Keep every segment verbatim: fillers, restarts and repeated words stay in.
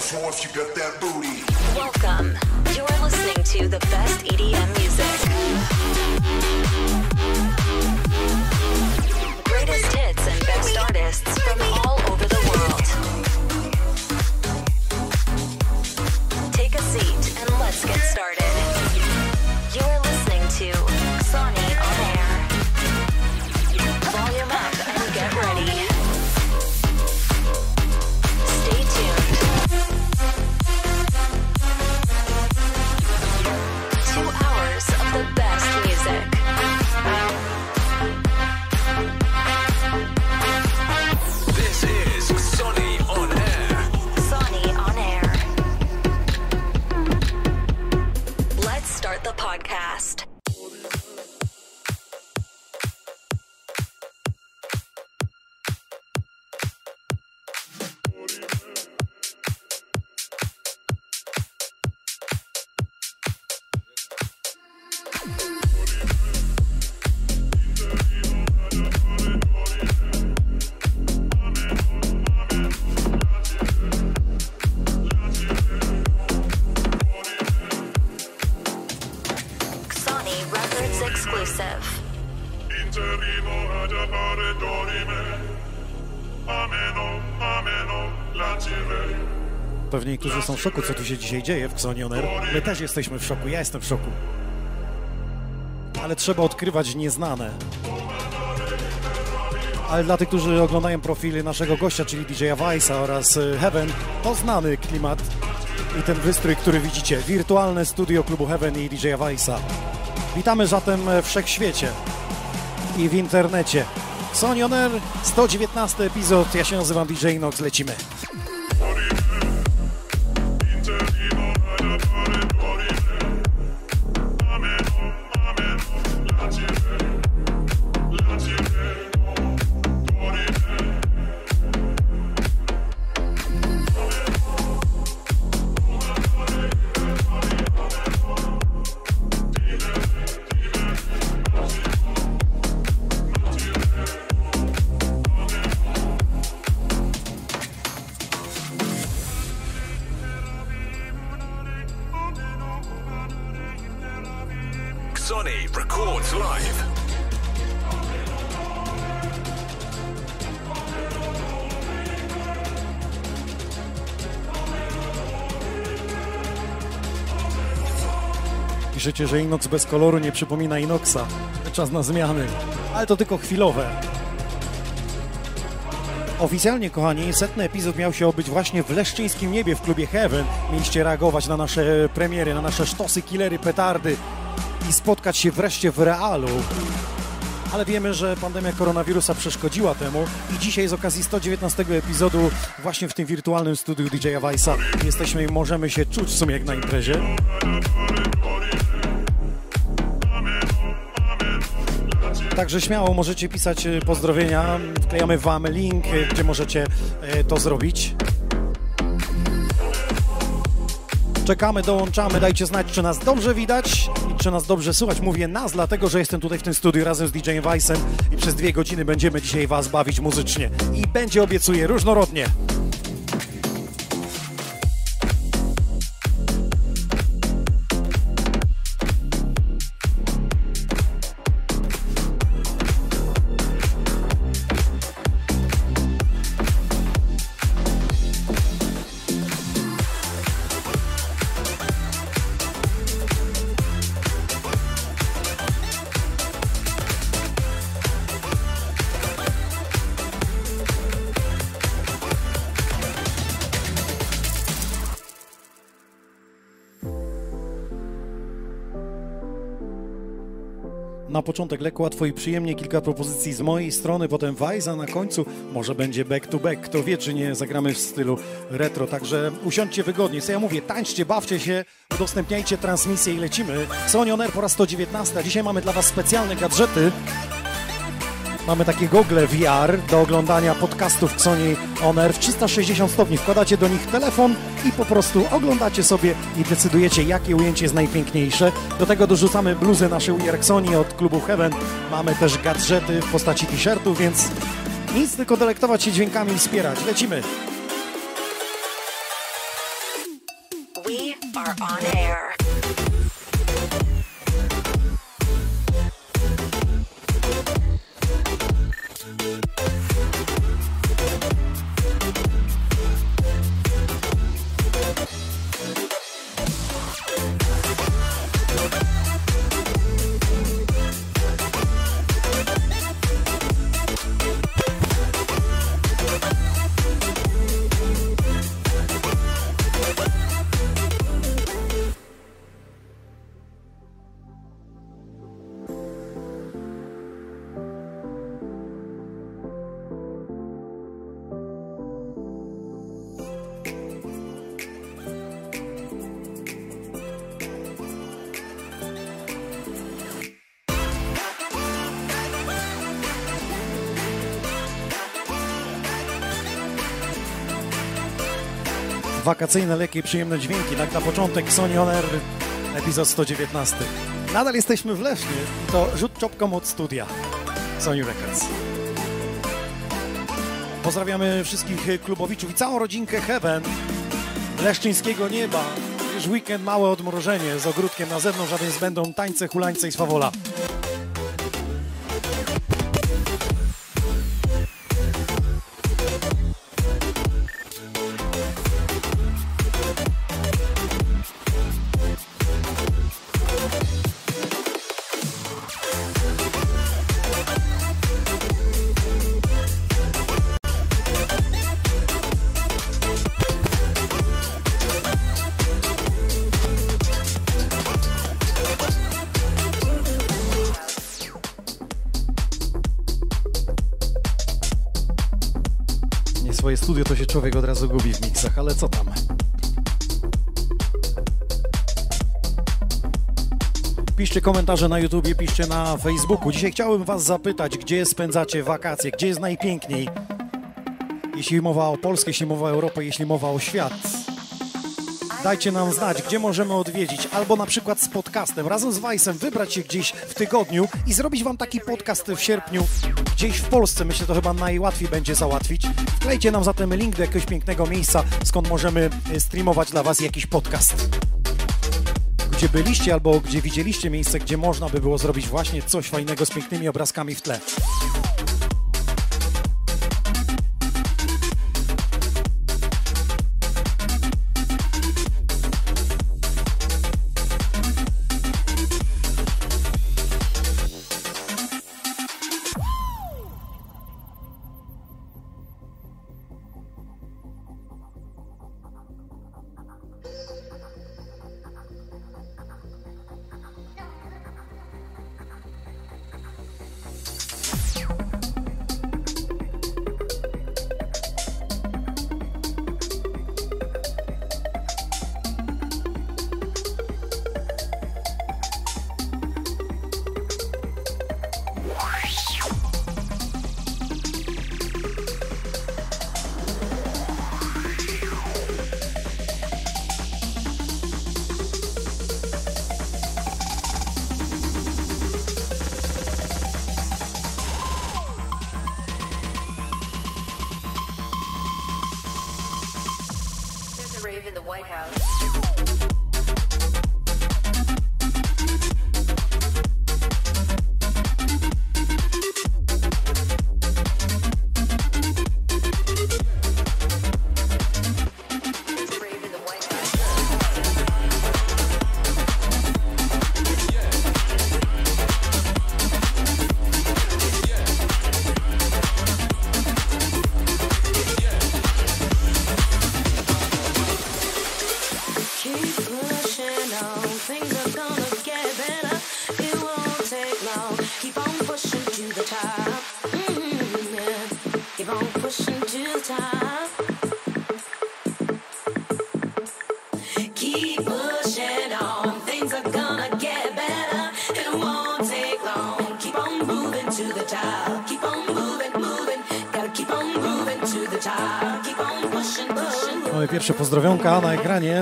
so if you got that booty. Welcome. You're listening to the best E D M music. Greatest hits and best artists from all over the world. Take a seat and let's get started. You're listening to Xoni On Air. Volume up and get ready. Stay tuned. Two hours of the best music. This is Xoni On Air. Xoni On Air. Let's start the podcast. Xoni Records exclusive. Interrimo ad appare dorime. Ameno, ameno, lacire. Pewnie niektórzy są w szoku, co tu się dzisiaj dzieje w Xoni On Air. My też jesteśmy w szoku, ja jestem w szoku. Ale trzeba odkrywać nieznane. Ale dla tych, którzy oglądają profile naszego gościa, czyli D J Vice'a oraz y, Heaven, to znany klimat i ten wystrój, który widzicie. Wirtualne studio klubu Heaven i D J Vice'a. Witamy zatem w wszechświecie i w internecie. Xoni On Air, sto dziewiętnasty epizod. Ja się nazywam D J Inox, lecimy. Interrimo ad appare dorime. Ameno, ameno, lacire. Lacire, dorime. Xoni records live. Piszecie, że Inox bez koloru nie przypomina Inoxa. Czas na zmiany, ale to tylko chwilowe. Oficjalnie, kochani, setny epizod miał się odbyć właśnie w Leszczyńskim Niebie w klubie Heaven. Mieliście reagować na nasze premiery, na nasze sztosy, killery, petardy i spotkać się wreszcie w realu. Ale wiemy, że pandemia koronawirusa przeszkodziła temu i dzisiaj z okazji sto dziewiętnastego epizodu właśnie w tym wirtualnym studiu D J Vice'a jesteśmy i możemy się czuć w sumie jak na imprezie. Także śmiało możecie pisać y, pozdrowienia, wklejamy wam link, y, gdzie możecie y, to zrobić. Czekamy, dołączamy, dajcie znać, czy nas dobrze widać i czy nas dobrze słychać. Mówię nas, dlatego że jestem tutaj w tym studiu razem z D J Vice'em i przez dwie godziny będziemy dzisiaj was bawić muzycznie. I będzie, obiecuję, różnorodnie. Na początek lekko, łatwo i przyjemnie, kilka propozycji z mojej strony, potem Vice, a na końcu może będzie back to back. Kto wie, czy nie zagramy w stylu retro, także usiądźcie wygodnie. Co ja mówię, tańczcie, bawcie się, udostępniajcie transmisję i lecimy. Xoni On Air po raz sto dziewiętnasty, a dzisiaj mamy dla was specjalne gadżety. Mamy takie gogle V R do oglądania podcastów Xoni On Air w trzysta sześćdziesiąt stopni. Wkładacie do nich telefon i po prostu oglądacie sobie i decydujecie, jakie ujęcie jest najpiękniejsze. Do tego dorzucamy bluzy nasze We Are Xoni od klubu Heaven. Mamy też gadżety w postaci t-shirtów, więc nic, tylko delektować się dźwiękami i wspierać. Lecimy! are on air. Wakacyjne, lekkie, przyjemne dźwięki. Tak na początek Sony On Air, epizod sto dziewiętnasty. Nadal jesteśmy w Lesznie. To rzut czopką od studia Sony Records. Pozdrawiamy wszystkich klubowiczów i całą rodzinkę Heaven, leszczyńskiego nieba. Już weekend, małe odmrożenie z ogródkiem na zewnątrz, a więc będą tańce, hulańce i swawola. Swoje studio to się człowiek od razu gubi w miksach, ale co tam? Piszcie komentarze na YouTubie, piszcie na Facebooku. Dzisiaj chciałbym was zapytać, gdzie spędzacie wakacje, gdzie jest najpiękniej? Jeśli mowa o Polsce, jeśli mowa o Europie, jeśli mowa o świat. Dajcie nam znać, gdzie możemy odwiedzić, albo na przykład z podcastem, razem z Weissem wybrać się gdzieś w tygodniu i zrobić wam taki podcast w sierpniu, gdzieś w Polsce. Myślę, to chyba najłatwiej będzie załatwić. Wklejcie nam zatem link do jakiegoś pięknego miejsca, skąd możemy streamować dla was jakiś podcast. Gdzie byliście, albo gdzie widzieliście miejsce, gdzie można by było zrobić właśnie coś fajnego z pięknymi obrazkami w tle. Mamy pierwsze pozdrowionka na ekranie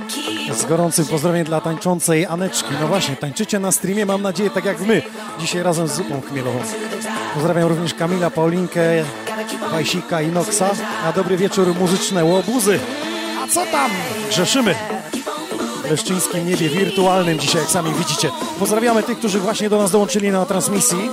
z gorącym pozdrowieniem dla tańczącej Aneczki. No właśnie, tańczycie na streamie, mam nadzieję, tak jak my, dzisiaj razem z zupą chmielową. Pozdrawiam również Kamila, Paulinkę, Wajsika i Noxa. Na dobry wieczór, muzyczne łobuzy. A co tam? Grzeszymy. leszczyńskim niebie wirtualnym dzisiaj, jak sami widzicie. Pozdrawiamy tych, którzy właśnie do nas dołączyli na transmisji.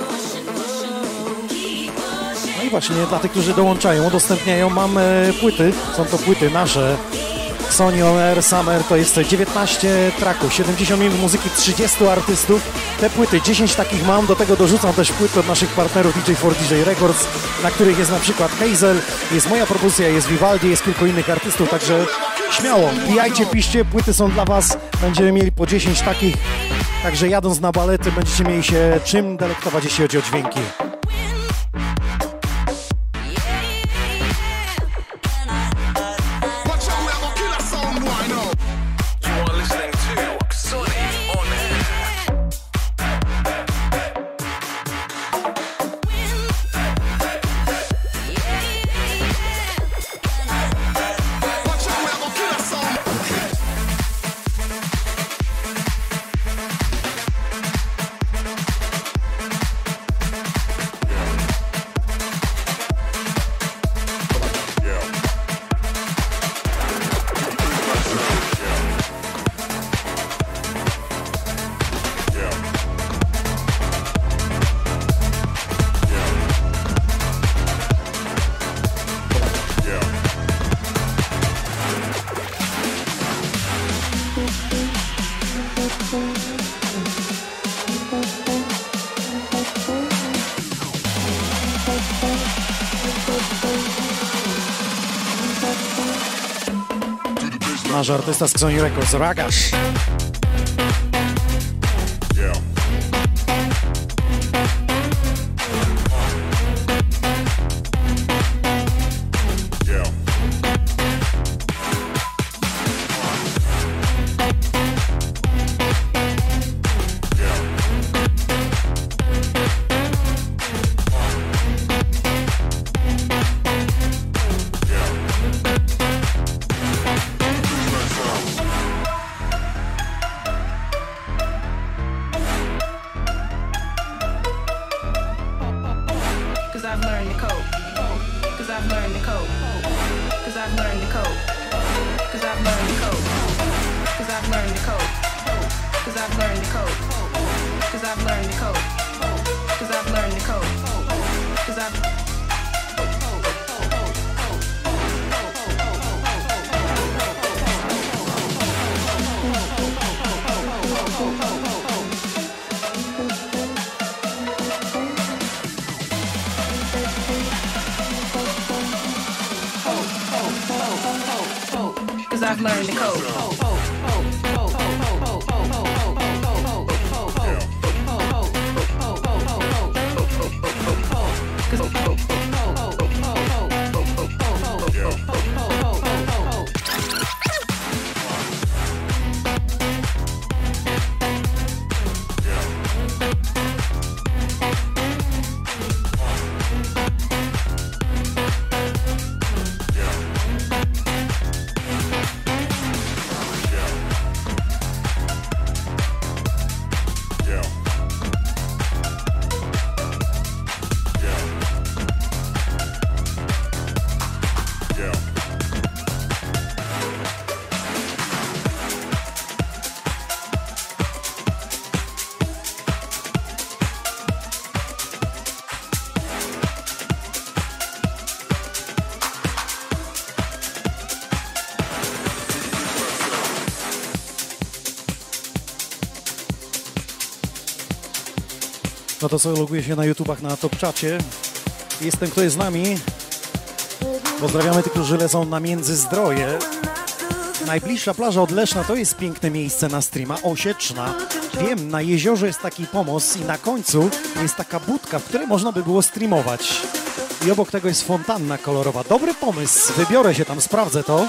No i właśnie dla tych, którzy dołączają, udostępniają, mam płyty, są to płyty nasze. Sony On Air Summer to jest dziewiętnaście tracków, siedemdziesiąt minut muzyki, trzydziestu artystów. Te płyty, dziesięć takich mam, do tego dorzucam też płyty od naszych partnerów D J cztery D J Records, na których jest na przykład Hazel, jest moja propozycja, jest Vivaldi, jest kilku innych artystów, także śmiało, wbijajcie, piszcie, płyty są dla Was, będziemy mieli po dziesięć takich, także jadąc na balety będziecie mieli się czym delektować, jeśli chodzi o dźwięki. Nasz artysta z Sony Records, Ragash. I've learned the code. No to co, loguję się na YouTubach, na Top Czacie. Jestem, kto jest z nami. Pozdrawiamy tych, którzy lecą na Międzyzdroje. Najbliższa plaża od Leszna to jest piękne miejsce na streama, Osieczna. Wiem, na jeziorze jest taki pomost i na końcu jest taka budka, w której można by było streamować. I obok tego jest fontanna kolorowa. Dobry pomysł, wybiorę się tam, sprawdzę to.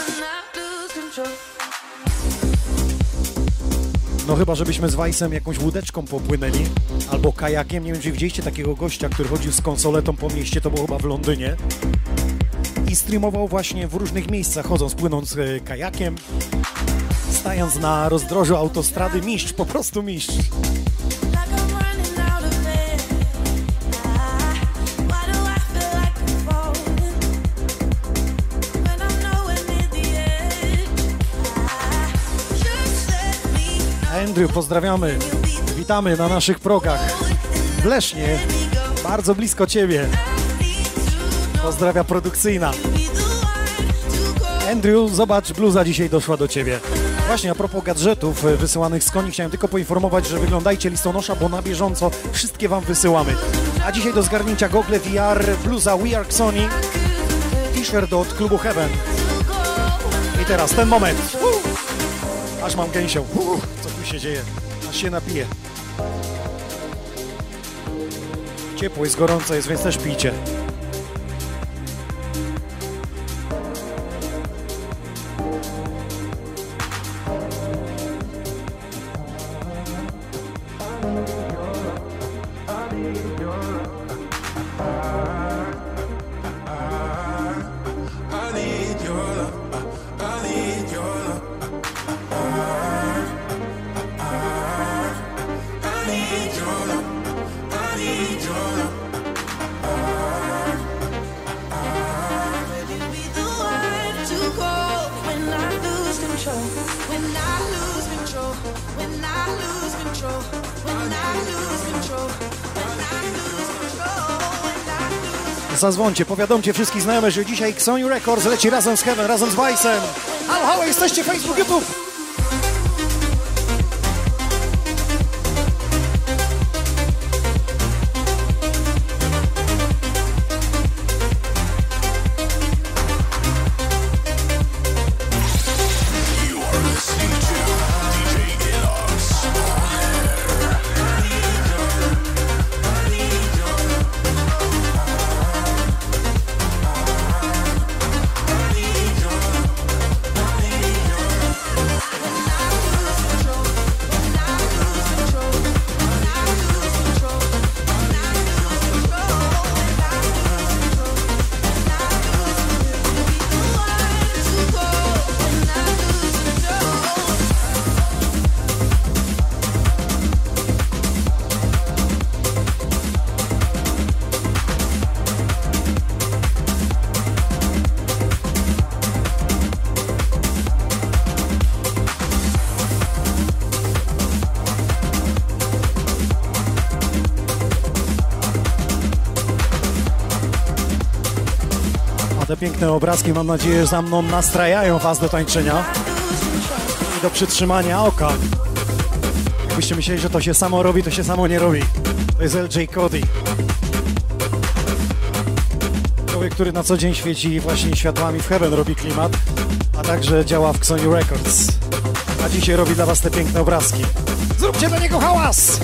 No chyba, żebyśmy z Weissem jakąś łódeczką popłynęli, albo kajakiem. Nie wiem, czy widzieliście takiego gościa, który chodził z konsoletą po mieście, to było chyba w Londynie. I streamował właśnie w różnych miejscach, chodząc, płynąc kajakiem, stając na rozdrożu autostrady. Mistrz, po prostu mistrz. Andrew, pozdrawiamy. Witamy na naszych progach w Lesznie, bardzo blisko Ciebie. Pozdrawia produkcyjna. Andrew, zobacz, bluza dzisiaj doszła do Ciebie. Właśnie a propos gadżetów wysyłanych z Koni, chciałem tylko poinformować, że wyglądajcie listonosza, bo na bieżąco wszystkie Wam wysyłamy. A dzisiaj do zgarnięcia gogle V R, bluza We Are Sony, t-shirt od klubu Heaven. I teraz ten moment. Uh! Aż mam gęsią. Uh! Co tu się dzieje? Aż się napiję. Ciepło jest, gorąco jest, więc też pijcie. Zadzwońcie, powiadomcie wszystkich znajomych, że dzisiaj Sony Records leci razem z Heaven, razem z Vice'em. Halo, halo, jesteście Facebook, YouTube! Te piękne obrazki, mam nadzieję, że za mną nastrajają Was do tańczenia i do przytrzymania oka. Jakbyście myśleli, że to się samo robi, to się samo nie robi. To jest L J Cody. Człowiek, który na co dzień świeci właśnie światłami w Heaven, robi klimat, a także działa w Sony Records. A dzisiaj robi dla Was te piękne obrazki. Zróbcie dla niego hałas!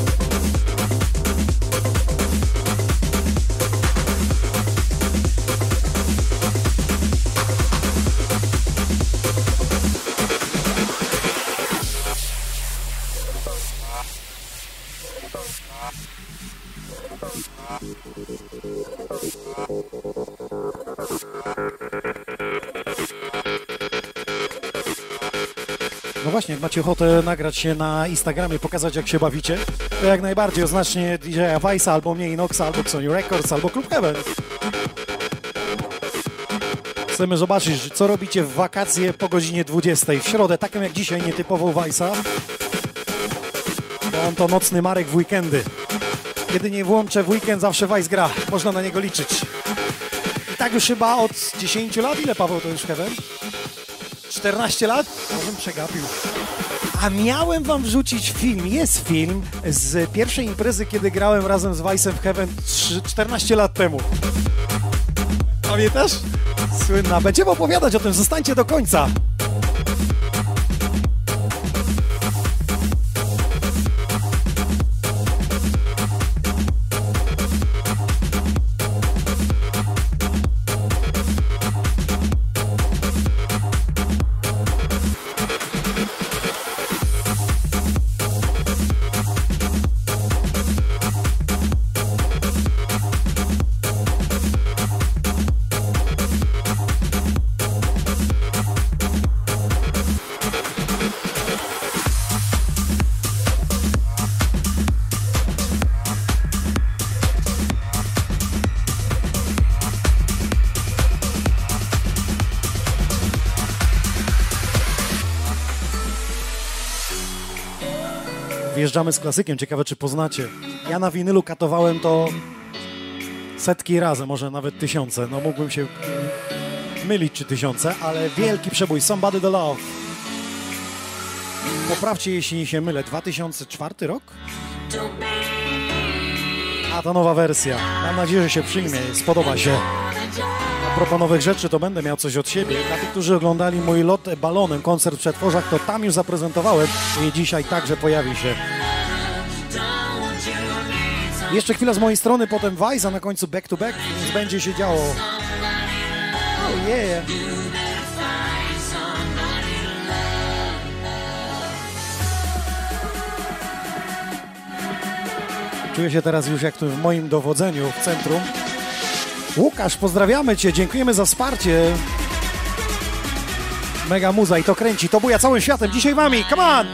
No właśnie, jak macie ochotę nagrać się na Instagramie, pokazać jak się bawicie, to jak najbardziej oznacznie D J Vice'a, albo mnie Inoxa, albo Sony Records, albo Klub Heaven. Chcemy zobaczyć, co robicie w wakacje po godzinie dwudziestej. W środę, taką jak dzisiaj, nietypową Vice'a. Bo on to nocny Marek w weekendy. Kiedy nie włączę w weekend, zawsze Vice gra. Można na niego liczyć. I tak już chyba od dziesięciu lat. Ile, Paweł, to już Heaven? czternaście lat? Może przegapił. A miałem wam wrzucić film, jest film z pierwszej imprezy, kiedy grałem razem z Vice'em w Heaven czternaście lat temu. Pamiętasz? Słynna. Będziemy opowiadać o tym, zostańcie do końca. Wjeżdżamy z klasykiem, ciekawe czy poznacie. Ja na winylu katowałem to setki razy, może nawet tysiące. No mógłbym się mylić czy tysiące, ale wielki przebój Somebody to Love. Poprawcie, jeśli się mylę, dwa tysiące czwarty rok? A to nowa wersja. Mam nadzieję, że się przyjmie, spodoba się. A propos nowych rzeczy, to będę miał coś od siebie. Dla tych, którzy oglądali mój lot balonem, koncert w Przetworzach, to tam już zaprezentowałem i dzisiaj także pojawi się. Jeszcze chwila z mojej strony, potem Vice, a na końcu back to back, więc będzie się działo. Oh yeah! Czuję się teraz już jak tu w moim dowodzeniu w centrum. Łukasz, pozdrawiamy Cię, dziękujemy za wsparcie. Mega muza i to kręci, to buja całym światem. Dzisiaj Wami, come on!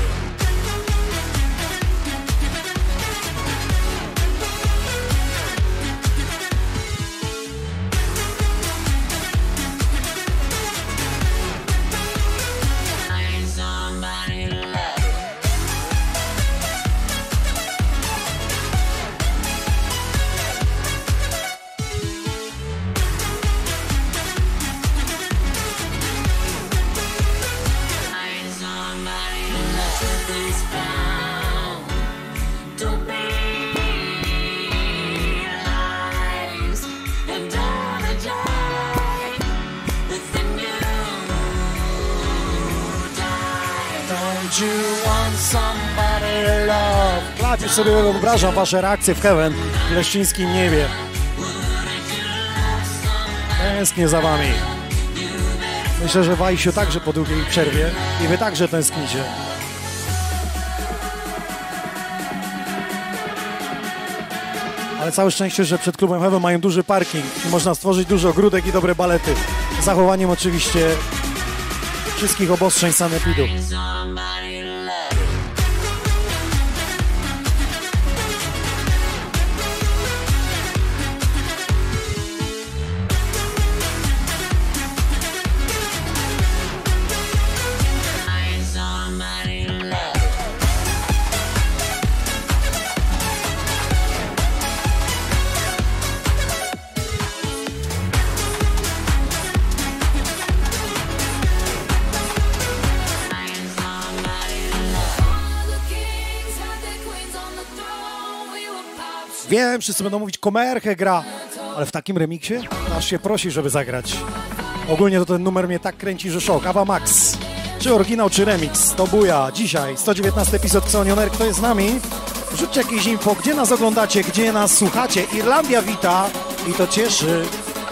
Już sobie wyobrażam wasze reakcje w Heaven, w leszczyńskim niebie. Tęsknię za wami. Myślę, że Wajsiu także po długiej przerwie i wy także tęsknicie. Ale całe szczęście, że przed klubem Heaven mają duży parking i można stworzyć dużo ogródek i dobre balety. Z zachowaniem oczywiście wszystkich obostrzeń sanepidu. Wiem, wszyscy będą mówić, Komerchę gra, ale w takim remiksie aż się prosi, żeby zagrać. Ogólnie to ten numer mnie tak kręci, że szok. Ava Max, czy oryginał, czy remix, to buja. Dzisiaj sto dziewiętnasty epizod Xoni On Air. Kto jest z nami? Rzućcie jakieś info, gdzie nas oglądacie, gdzie nas słuchacie. Irlandia wita i to cieszy.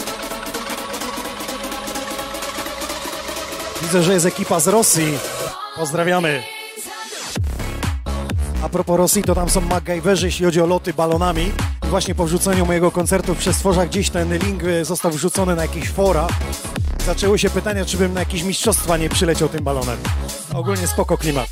Widzę, że jest ekipa z Rosji. Pozdrawiamy. A propos Rosji, to tam są MacGyverzy, jeśli chodzi o loty balonami. I właśnie po wrzuceniu mojego koncertu w Przestworzach gdzieś ten link został wrzucony na jakieś fora. Zaczęły się pytania, czy bym na jakieś mistrzostwa nie przyleciał tym balonem. Ogólnie spoko klimat.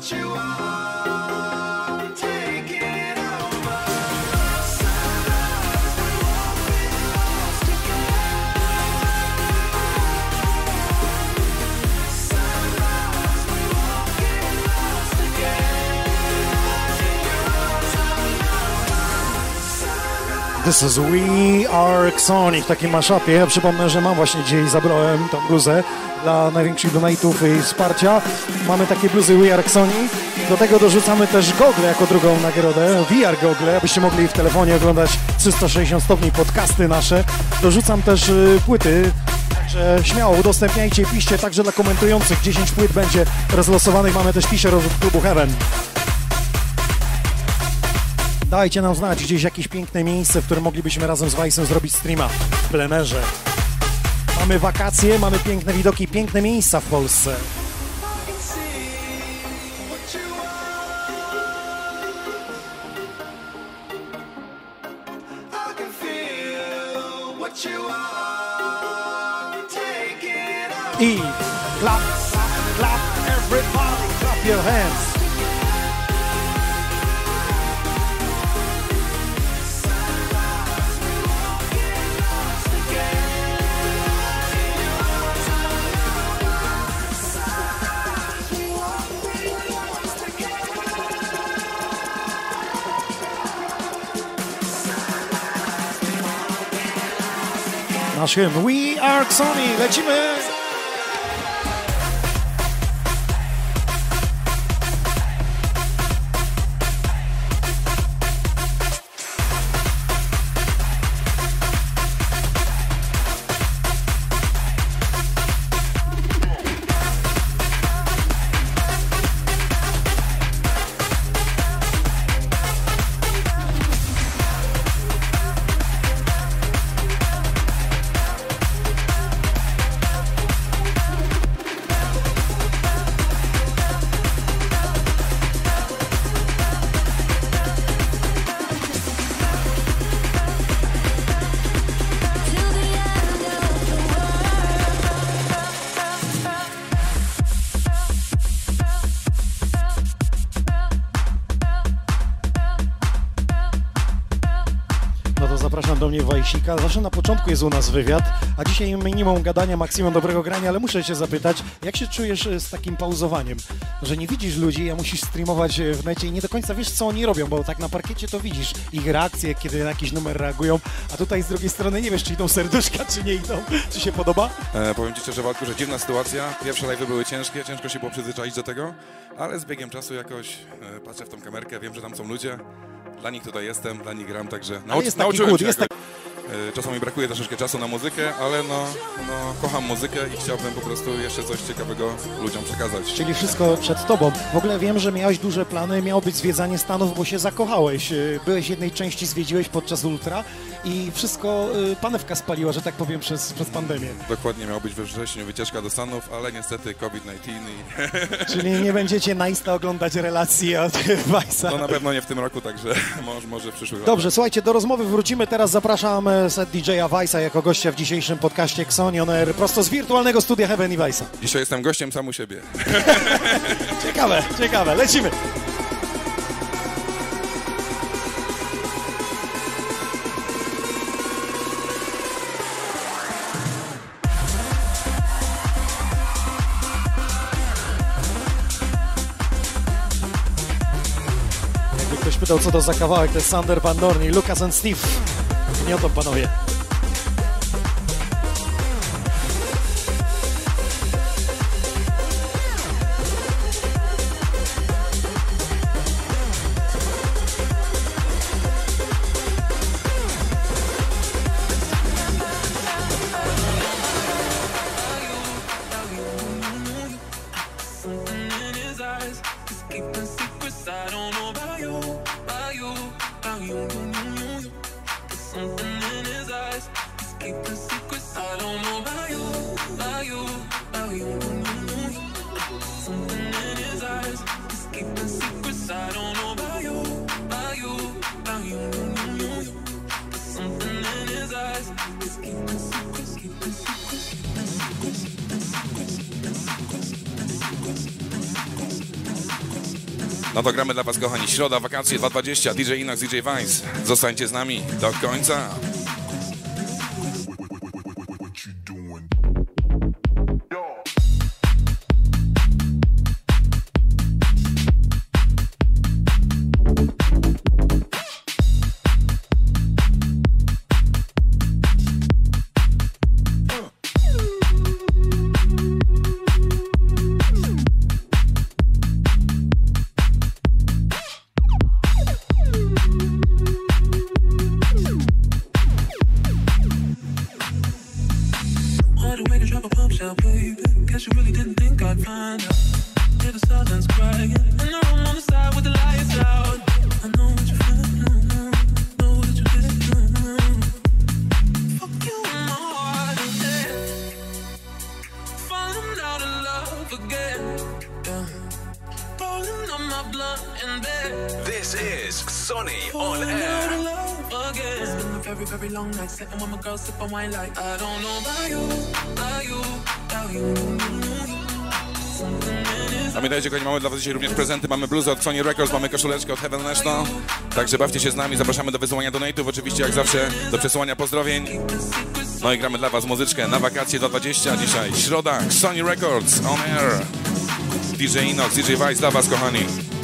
This is We Are Xoni w takim mashupie. Ja przypomnę, że mam właśnie dzisiaj, zabrałem tą bluzę dla największych donate'ów i wsparcia. Mamy takie bluzy We Are Xoni. Do tego dorzucamy też gogle jako drugą nagrodę. V R gogle, abyście mogli w telefonie oglądać trzysta sześćdziesiąt stopni podcasty nasze. Dorzucam też y, płyty. Także śmiało udostępniajcie, piszcie także dla komentujących. dziesięć płyt będzie rozlosowanych. Mamy też t-shirt od klubu Heaven. Dajcie nam znać gdzieś jakieś piękne miejsce, w którym moglibyśmy razem z Vice'em zrobić streama w plenerze. Mamy wakacje, mamy piękne widoki, piękne miejsca w Polsce. I clap, clap, clap, everybody, clap your hands. Nasz hymn We Are Xoni, lecimy! Zapraszam do mnie Wajsika. Zawsze na początku jest u nas wywiad, a dzisiaj minimum gadania, maksimum dobrego grania, ale muszę cię zapytać, jak się czujesz z takim pauzowaniem? Że nie widzisz ludzi, a musisz streamować w necie i nie do końca wiesz, co oni robią, bo tak na parkiecie to widzisz ich reakcje, kiedy na jakiś numer reagują, a tutaj z drugiej strony nie wiesz, czy idą serduszka, czy nie idą. Czy się podoba? E, powiem ci szczerze, Waldku, że dziwna sytuacja. Pierwsze live'y były ciężkie, ciężko się było przyzwyczaić do tego, ale z biegiem czasu jakoś e, patrzę w tą kamerkę, wiem, że tam są ludzie. Dla nich tutaj jestem, dla nich gram, także nauc- jest nauczyłem taki się jest jakoś. Czasami brakuje troszeczkę czasu na muzykę, ale no, no kocham muzykę i chciałbym po prostu jeszcze coś ciekawego ludziom przekazać. Czyli wszystko przed tobą. W ogóle wiem, że miałeś duże plany, miało być zwiedzanie Stanów, bo się zakochałeś. Byłeś jednej części, zwiedziłeś podczas Ultra i wszystko panewka spaliła, że tak powiem, przez, przez pandemię. Dokładnie, miało być we wrześniu wycieczka do Stanów, ale niestety COVID dziewiętnaście i... Czyli nie będziecie na Insta oglądać relacji od Vice'a. No na pewno nie w tym roku, także może, może w przyszłym roku. Dobrze, słuchajcie, do rozmowy wrócimy. Teraz zapraszam set D J a Vice'a jako gościa w dzisiejszym podcaście Xoni On Air, prosto z wirtualnego studia Heaven i Vice'a. Dzisiaj jestem gościem sam u siebie. Ciekawe, ciekawe, lecimy. Jakby ktoś pytał, co to za kawałek, to jest Sander Van Dorn i Lucas and Steve. Nie o to, panowie. Something in his eyes. No to gramy dla was, kochani. Środa, wakacje dwa dwadzieścia, D J Inox, D J Vice. Zostańcie z nami do końca. This is Sonny on Air. Very, very long night sitting with my girl, sipping wine like I don't know about you, about you, about you. Pamiętajcie, kochani, mamy dla was dzisiaj również prezenty. Mamy bluzę od Sony Records, mamy koszuleczkę od Heaven National. Także bawcie się z nami, zapraszamy do wysyłania donate'ów, oczywiście jak zawsze do przesyłania pozdrowień. No i gramy dla was muzyczkę na wakacje dwa dwadzieścia. Dzisiaj środa, Sony Records on Air. D J Inox, D J Vice dla was, kochani.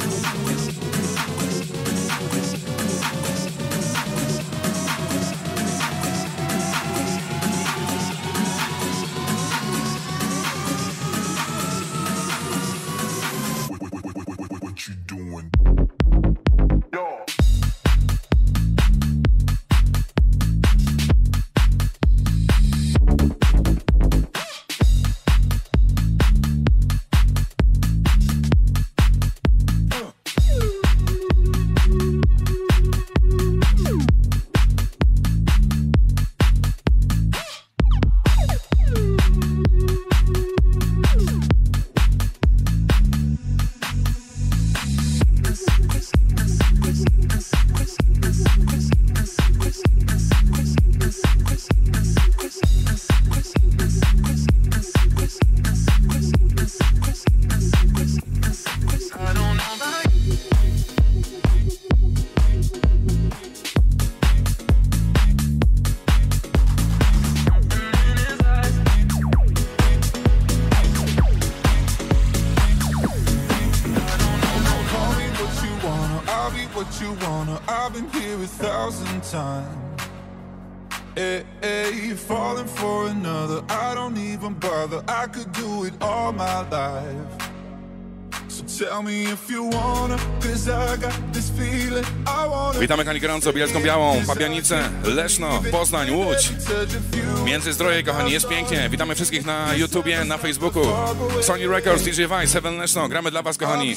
Hey, hey, falling for another, I don't even bother. I could do it all my life. So tell me if you wanna, 'cause I got this feeling. I wanna. Witamy, kochani, gorąco, Bielską Białą, Pabianice, Leszno, Poznań, Łódź. Międzyzdroje, kochani, jest pięknie. Witamy wszystkich na YouTubie, na Facebooku. Sony Records, D J Vice, Heaven National. Gramy dla was, kochani.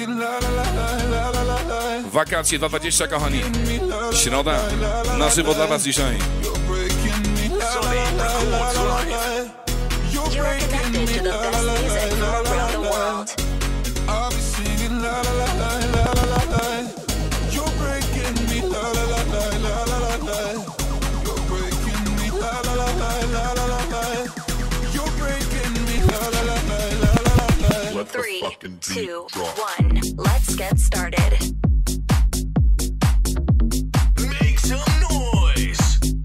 Wakacje dwa dwadzieścia, kochani. Środa, na żywo dla was dzisiaj. Sonny Records Live. You're connected to the best music from around the world. I'll be singing la la la la la la la. You're breaking me la la la la la la la. You're breaking me la la la la la la la. You're breaking me la la la la la la. Three, two, one. Let's get started. Make some noise.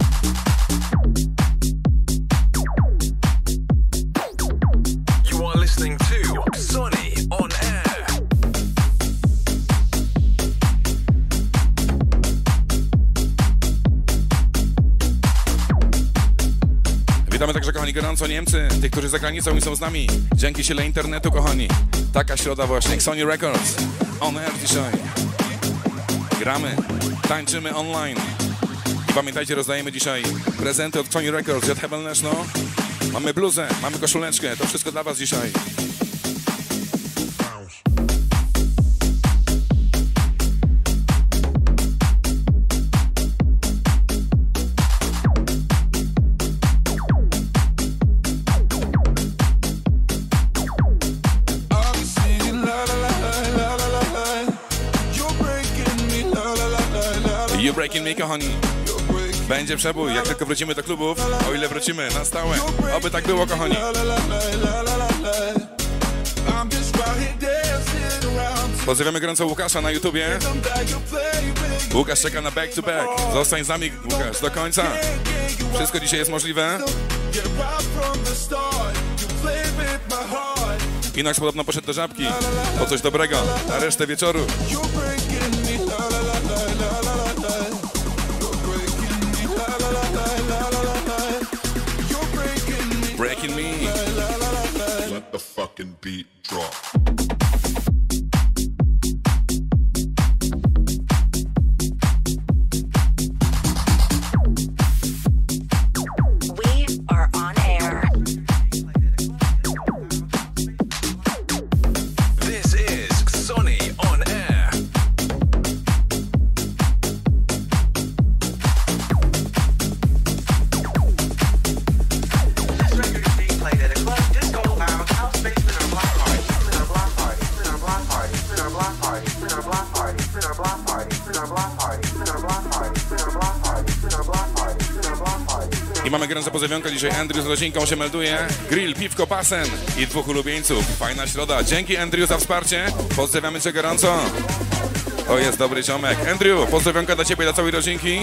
You are listening to Sonny on Air. Witamy także, kochani, gorąco Niemcy, tych, którzy za granicą i są z nami. Dzięki sile internetu, kochani. Taka środa właśnie, Sony Records on Air dzisiaj. Gramy, tańczymy online. I pamiętajcie, rozdajemy dzisiaj prezenty od Sony Records i od Heaven National. Mamy bluzę, mamy koszuleczkę, to wszystko dla was dzisiaj. I'll be singing la la la la la la la. You're breaking me la la la la la. You breaking me, kochani. Będzie przebój, jak tylko wrócimy do klubów, o ile wrócimy na stałe. Oby tak było, kochani. La la la la la la la. I'm just right here dancing around. Pozdrawiamy gorąco Łukasza na YouTubie. Łukasz czeka na back to back. Zostań z nami, Łukasz, do końca. Wszystko dzisiaj jest możliwe. Inox podobno poszedł do Żabki po coś dobrego na resztę wieczoru. Breaking me. Let the fucking beat drop. We are on air. This is Sonny on air. This record is being played at a club, disco, lounge, house, basement, or block party. Spin or block party. Spin or block party. Spin or block party. Spin or block party. Spin or block party. Spin or block party. Spin or block party. Spin or block party. Spin or block party. Spin or block party. I mamy gorąco pozdrowionka. Dzisiaj Andrew z rodzinką się melduje. Grill, piwko, basen i dwóch ulubieńców. Fajna środa. Dzięki Andrew za wsparcie. Pozdrawiamy cię gorąco. To jest dobry ziomek. Andrew, pozdrowionka dla ciebie i dla całej rodzinki.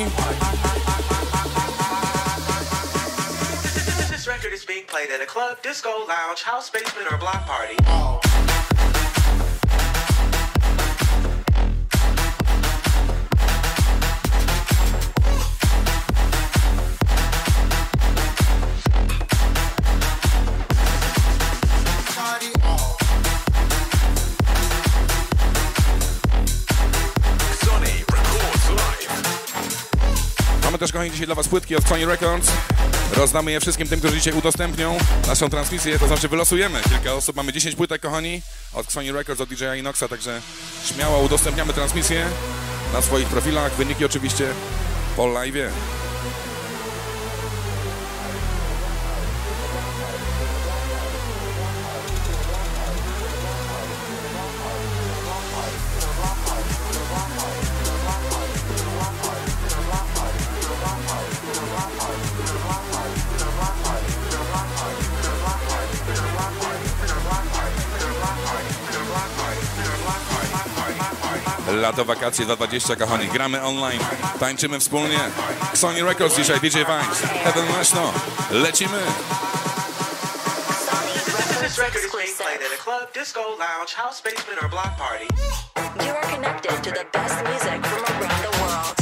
This record is being played at a club, disco, lounge, house, basement, or block party. Sonny records live. Mamy też, kochani, dzisiaj dla was płytki od Sony Records. Rozdamy je wszystkim tym, którzy dzisiaj udostępnią naszą transmisję, to znaczy wylosujemy kilka osób. Mamy dziesięć płytek, kochani, od Sony Records, od D J Inoxa, także śmiało udostępniamy transmisję na swoich profilach. Wyniki oczywiście po live'ie. Lato, wakacje dwa tysiące dwadzieścia, kochani. Gramy online, tańczymy wspólnie. Sony Records dzisiaj, D J Vines, Heaven National. Lecimy! This record is being played at a club, disco, lounge, house, basement, or block party. You are connected to the best music from around the world.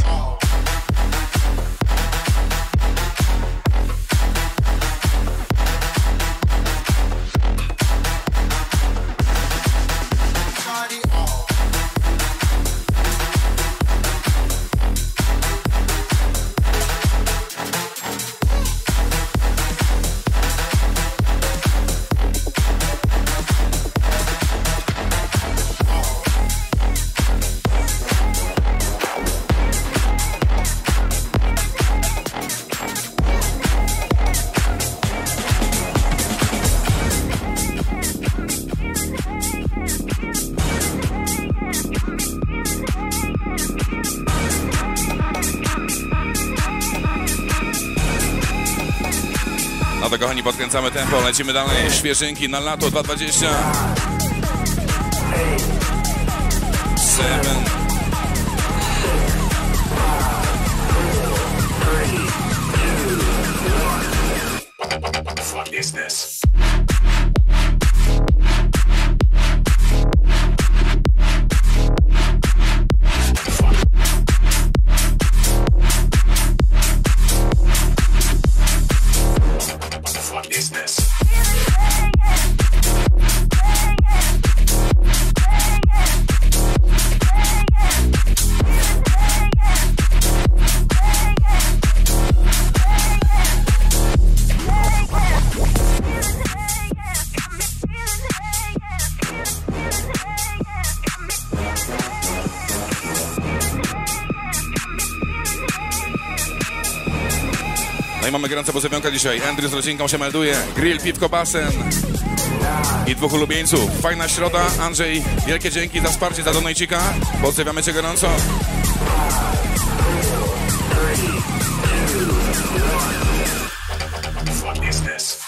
No to, kochani, podkręcamy tempo, lecimy dalej. Świeżynki na lato dwa tysiące dwadzieścia. Seven. What is this? What is this? No i mamy gorące pozdrowionka dzisiaj. Andrew z rodzinką się melduje. Grill, piwko, basen i dwóch ulubieńców. Fajna środa. Andrzej, wielkie dzięki za wsparcie, za donajcika. Pozdrawiamy cię gorąco. What is this?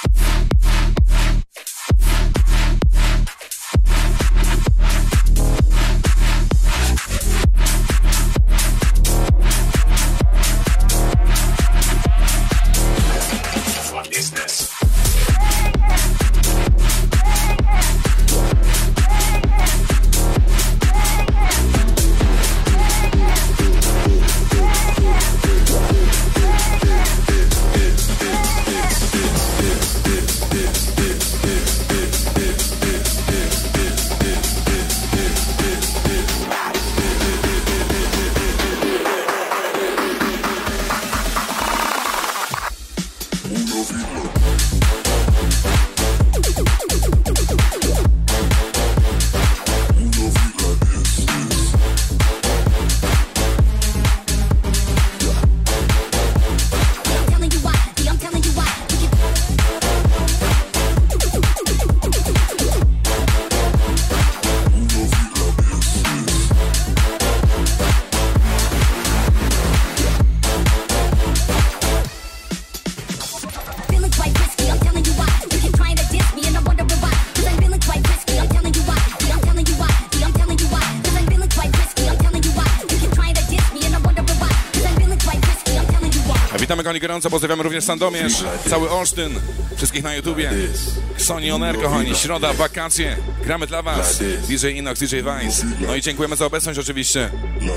Witamy kochani gorąco, pozdrawiamy również Sandomierz, cały Olsztyn, wszystkich na YouTubie. Sony On Air, kochani, środa, wakacje, gramy dla was. D J Inox, D J Vice. No i dziękujemy za obecność oczywiście.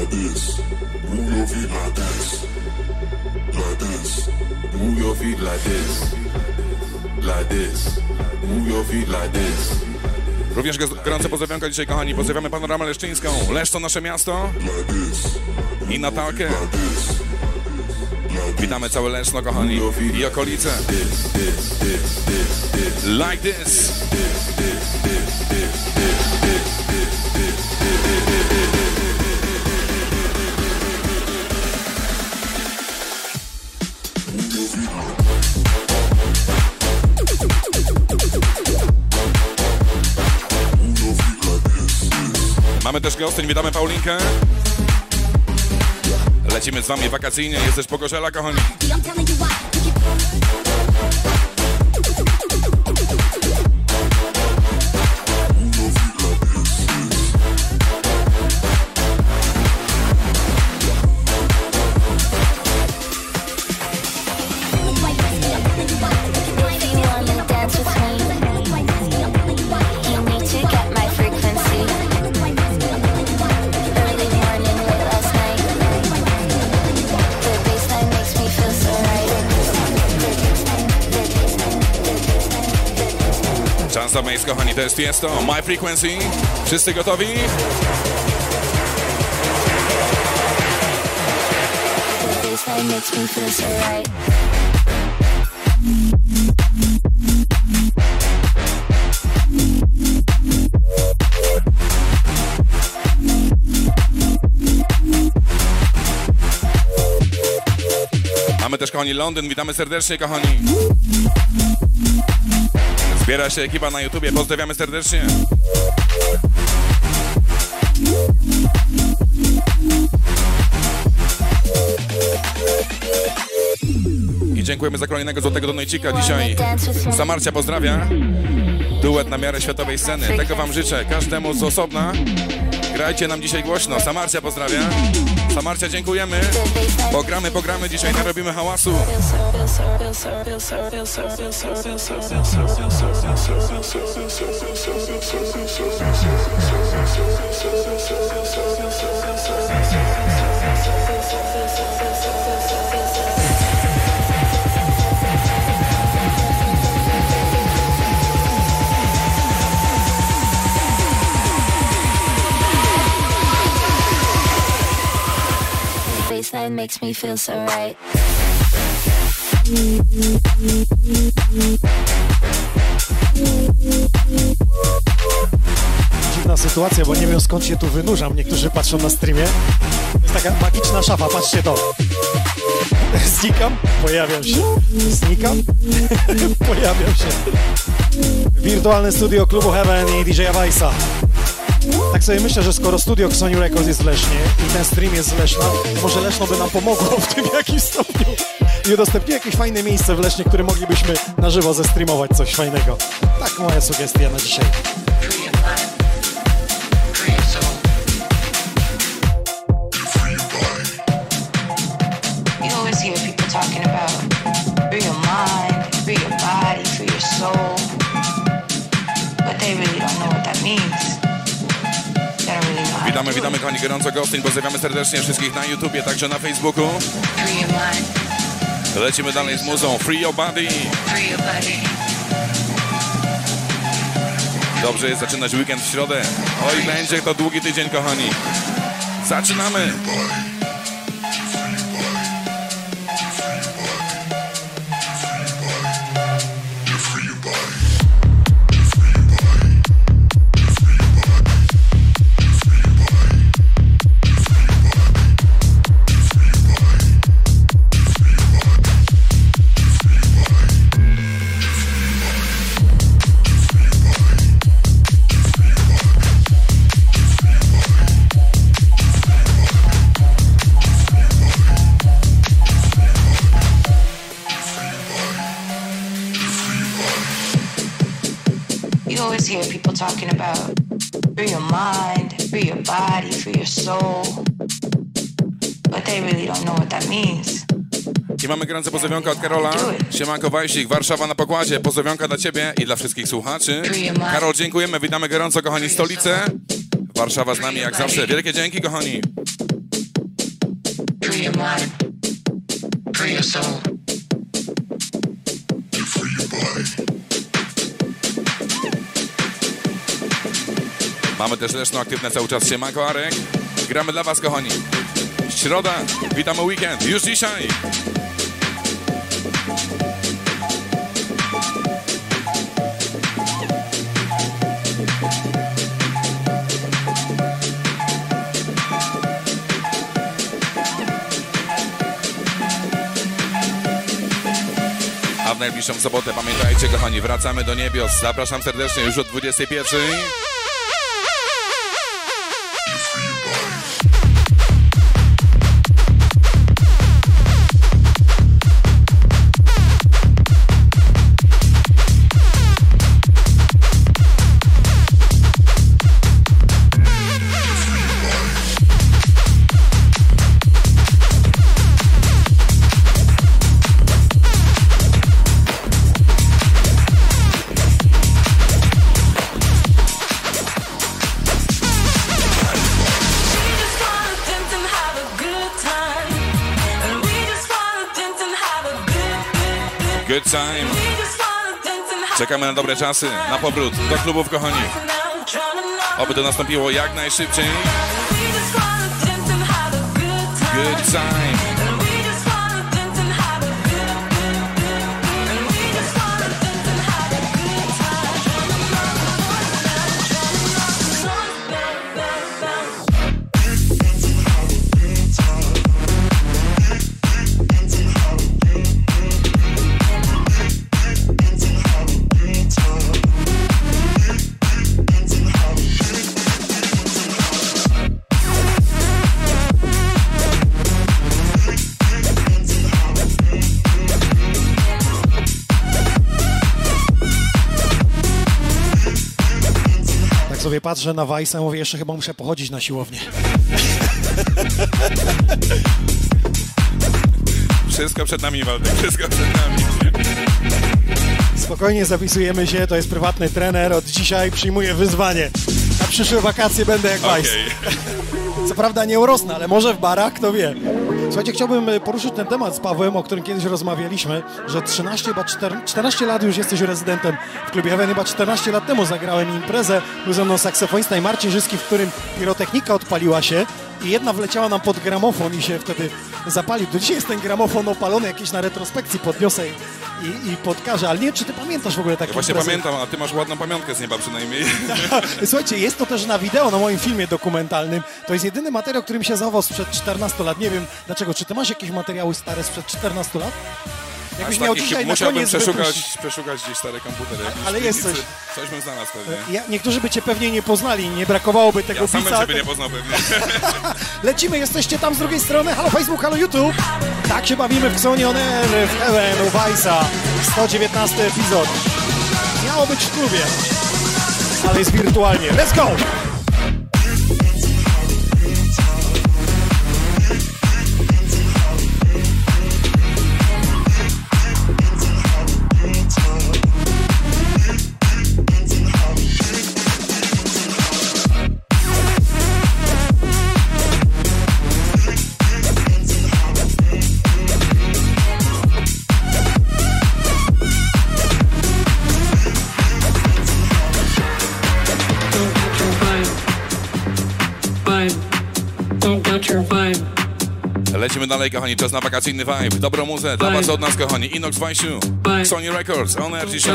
Move your feet like this, like this. Move your feet like this. Również gorące pozdrawionka dzisiaj, kochani. Pozdrawiamy Panoramę Leszczyńską, Leszno nasze miasto i Natalkę. Witamy całe Leszno, kochani, i okolice. Like this. Mamy też Gostyń, witamy Paulinkę. Lecimy z wami wakacyjnie, jest też Pogorzela, kochani. Chance Maze, kochani, to jest Tiesto, My Frequency. Wszyscy gotowi? Mamy też, kochani, Londyn, witamy serdecznie, kochani. Zbiera się ekipa na YouTubie, pozdrawiamy serdecznie. I dziękujemy za kolejnego złotego donajcika dzisiaj. Samarcia pozdrawia. Duet na miarę światowej sceny. Tego wam życzę, każdemu z osobna. Grajcie nam dzisiaj głośno. Samarcia pozdrawia. Samarcia, dziękujemy. Pogramy, pogramy, dzisiaj nie robimy hałasu. Baseline makes me feel so right. Dziwna sytuacja, bo nie wiem skąd się tu wynurzam. Niektórzy patrzą na streamie. To jest taka magiczna szafa, patrzcie to. Znikam, pojawiam się. Znikam, pojawiam się. Wirtualne studio klubu Heaven i D J Vice'a. Tak sobie myślę, że skoro studio Sony Records jest w Lesznie i ten stream jest z Leszna, to może Leszno by nam pomogło w tym jakimś stopniu i udostępniło jakieś fajne miejsce w Lesznie, które moglibyśmy na żywo zestreamować coś fajnego. Tak moja sugestia na dzisiaj. You always hear people talking about free your mind, free your body, free your soul, but they really don't know what that means. Witamy, witamy kochani gorąco Gostyń, pozdrawiamy serdecznie wszystkich na YouTubie, także na Facebooku. Lecimy dalej z muzą Free Your Body. Dobrze jest zaczynać weekend w środę. Oj, będzie to długi tydzień, kochani. Zaczynamy! Hear people talking about free your mind, free your body, free your soul, but they really don't know what that means. I mamy gorące pozdrowionka od Karola. Siemanko Wajsik, Warszawa na pokładzie. Pozdrowionka dla Ciebie i dla wszystkich słuchaczy. Karol, dziękujemy, witamy gorąco, kochani, stolicę. Warszawa z nami jak zawsze. Wielkie dzięki, kochani. Free your mind. Free your soul. Free your body. Mamy też resztę aktywne cały czas. Siemanko Arek. Gramy dla Was, kochani. Środa, witamy weekend. Już dzisiaj. A w najbliższą sobotę, pamiętajcie, kochani, wracamy do niebios. Zapraszam serdecznie już od dwudziestej pierwszej. Good time. Czekamy na dobre czasy, na powrót do klubów, kochani. Oby to nastąpiło jak najszybciej. Good time. Sobie patrzę na Vice'a, mówię, jeszcze chyba muszę pochodzić na siłownię. Wszystko przed nami, Waldek, wszystko przed nami. Spokojnie zapisujemy się, to jest prywatny trener, od dzisiaj przyjmuję wyzwanie. Na przyszłe wakacje będę jak Vice. Okay. Co prawda nie urosnę, ale może w barach, kto wie. Słuchajcie, chciałbym poruszyć ten temat z Pawłem, o którym kiedyś rozmawialiśmy, że trzynaście, chyba czternaście lat już jesteś rezydentem w klubie Heaven. Chyba czternaście lat temu zagrałem imprezę, był ze mną saksofonista i Marcin Żyski, w którym pirotechnika odpaliła się i jedna wleciała nam pod gramofon i się wtedy zapalił. Do dzisiaj jest ten gramofon opalony, jakiś na retrospekcji podniosę i, i podkażę, ale nie wiem, czy ty pamiętasz w ogóle takie Ja właśnie imprezy? pamiętam, a ty masz ładną pamiątkę z nieba przynajmniej. Słuchajcie, jest to też na wideo, na moim filmie dokumentalnym. To jest jedyny materiał, który mi się zachował sprzed czternastu lat. Nie wiem dlaczego. Czy ty masz jakieś materiały stare sprzed czternastu lat? Jakbyś miał dzisiaj na musiałbym koniec przeszukać, wypuścić. przeszukać gdzieś stare komputery. Ale jest coś. Coś bym znalazł pewnie. Ja, niektórzy by cię pewnie nie poznali, nie brakowałoby tego Ja sam bym bica. ciebie nie poznał pewnie. Lecimy, jesteście tam z drugiej strony. Halo Facebook, halo YouTube. Tak się bawimy w Xonie On Air, w Heaven, u Vice'a. sto dziewiętnasty epizod. Miało być w klubie, ale jest wirtualnie. Let's go! Lecimy dalej, kochani, czas na wakacyjny vibe. Dobrą muzę dla was od nas, kochani. Inox Vice'u, Sony Records, On Air dzisiaj.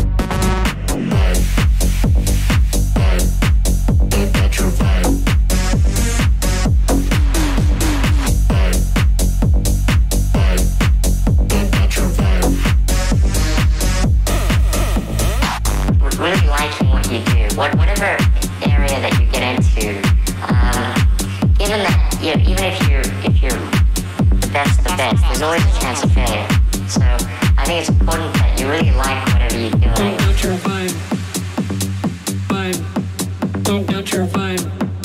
Don't chance. There's always a chance of failure. So I think it's important that you really like whatever you do. Don't doubt your vibe. Vibe. Don't doubt your vibe.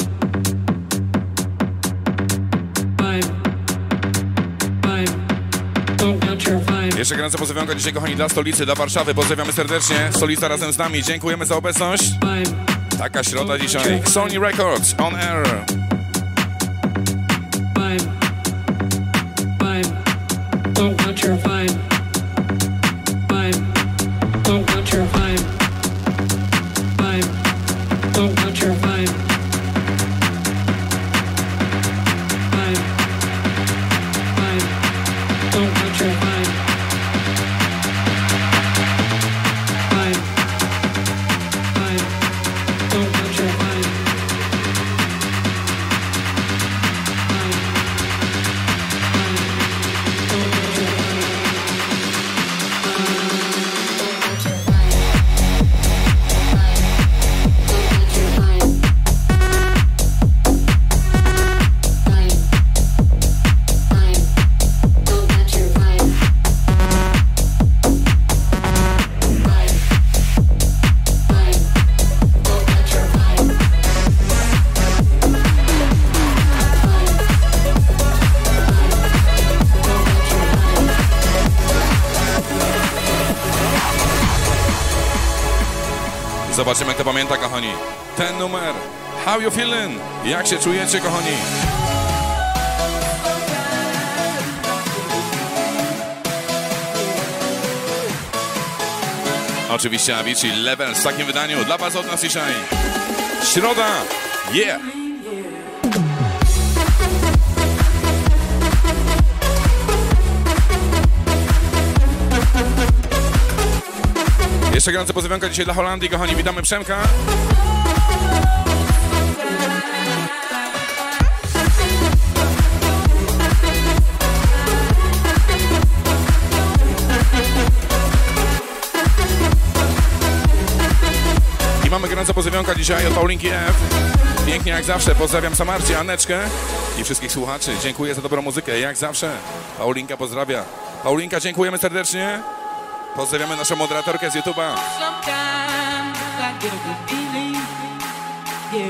Vibe. Vibe. Don't doubt your vibe. Jeszcze gorąca pozdrowionka dzisiaj, kochani, dla stolicy, dla Warszawy. Pozdrawiamy serdecznie. Stolica razem z nami. Dziękujemy za obecność. Taka środa dzisiaj. Sony Records on air. Vibe. Vibe. Don't doubt your vibe. Vibe. Don't doubt your vibe. Vibe. Don't doubt your vibe. Vibe. Vibe. Don't doubt your vibe. Vibe. Vibe. Don't doubt your vibe. Zobaczymy, kto pamięta, kochani. Ten numer. How you feeling? Jak się czujecie, kochani? Oczywiście Avicii, Level w takim wydaniu. Dla was od nas dzisiaj. Środa. Yeah! Jeszcze gorące pozdrowionka dzisiaj dla Holandii, kochani. Witamy Przemka. I mamy gorące pozdrowionka dzisiaj od Paulinki F. Pięknie jak zawsze. Pozdrawiam Samarcie, Aneczkę i wszystkich słuchaczy. Dziękuję za dobrą muzykę, jak zawsze. Paulinka pozdrawia. Paulinka, dziękujemy serdecznie. Pozdrawiamy naszą moderatorkę z YouTube'a. Sometimes I get a good feeling, yeah.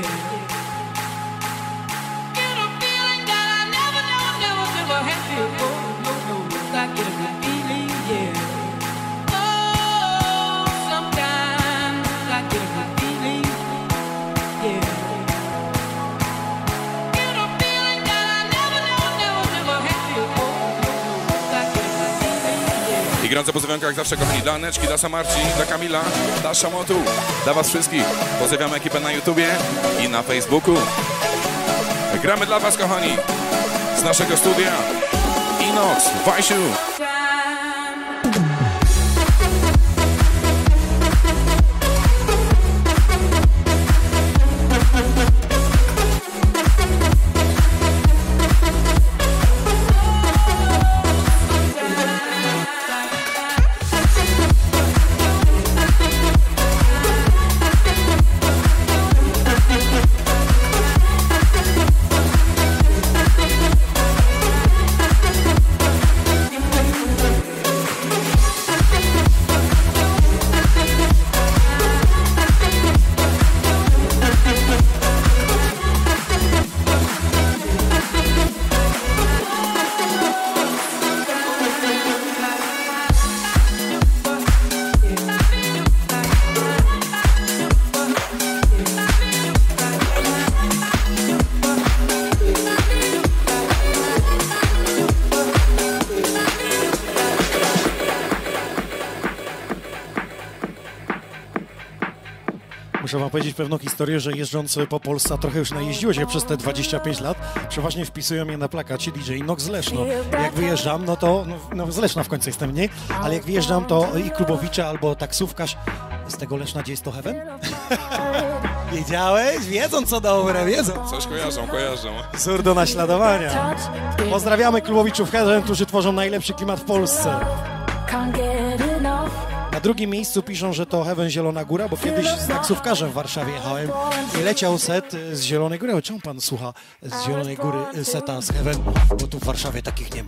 Get a feeling that I never, never, never, never had before. No, no, no, I get a good feeling, yeah. Oh, sometimes I get a good feeling, yeah. Get a feeling that I never, never, never, never had before. No, no, I get a good feeling, yeah. I gorące pozdrowionka jak zawsze, kochani, dla Aneczki, dla Samarci, dla Kamila, dla Szamotu, dla was wszystkich. Pozdrawiamy ekipę na YouTubie i na Facebooku. Gramy dla was, kochani, z naszego studia. Inox, Wajsiu. Muszę wam powiedzieć pewną historię, że jeżdżąc po Polsce, a trochę już najeździło się przez te dwadzieścia pięć lat, przeważnie wpisują mnie na plakacie D J Inox z Leszno. Jak wyjeżdżam, no to, no, no z Leszna w końcu jestem, nie? Ale jak wyjeżdżam, to i Klubowicze albo taksówkarz z tego Leszna, gdzie jest to Heaven? Wiedziałeś? Wiedzą co dobre, wiedzą. Coś kojarzą, kojarzą. Wzór do naśladowania. Pozdrawiamy Klubowiczów Heaven, którzy tworzą najlepszy klimat w Polsce. Na drugim miejscu piszą, że to Heaven Zielona Góra, bo kiedyś z taksówkarzem w Warszawie jechałem i leciał set z Zielonej Góry. Czemu pan słucha z Zielonej Góry seta z Heaven? Bo tu w Warszawie takich nie ma.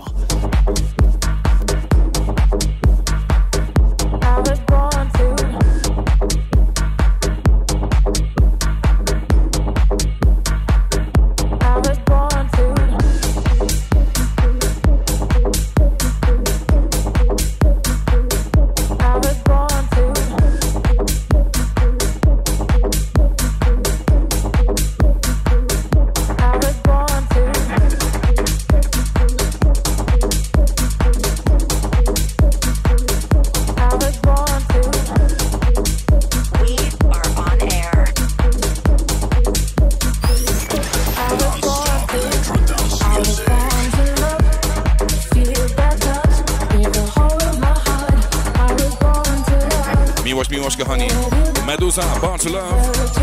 Kochani, Meduza, Born to Love.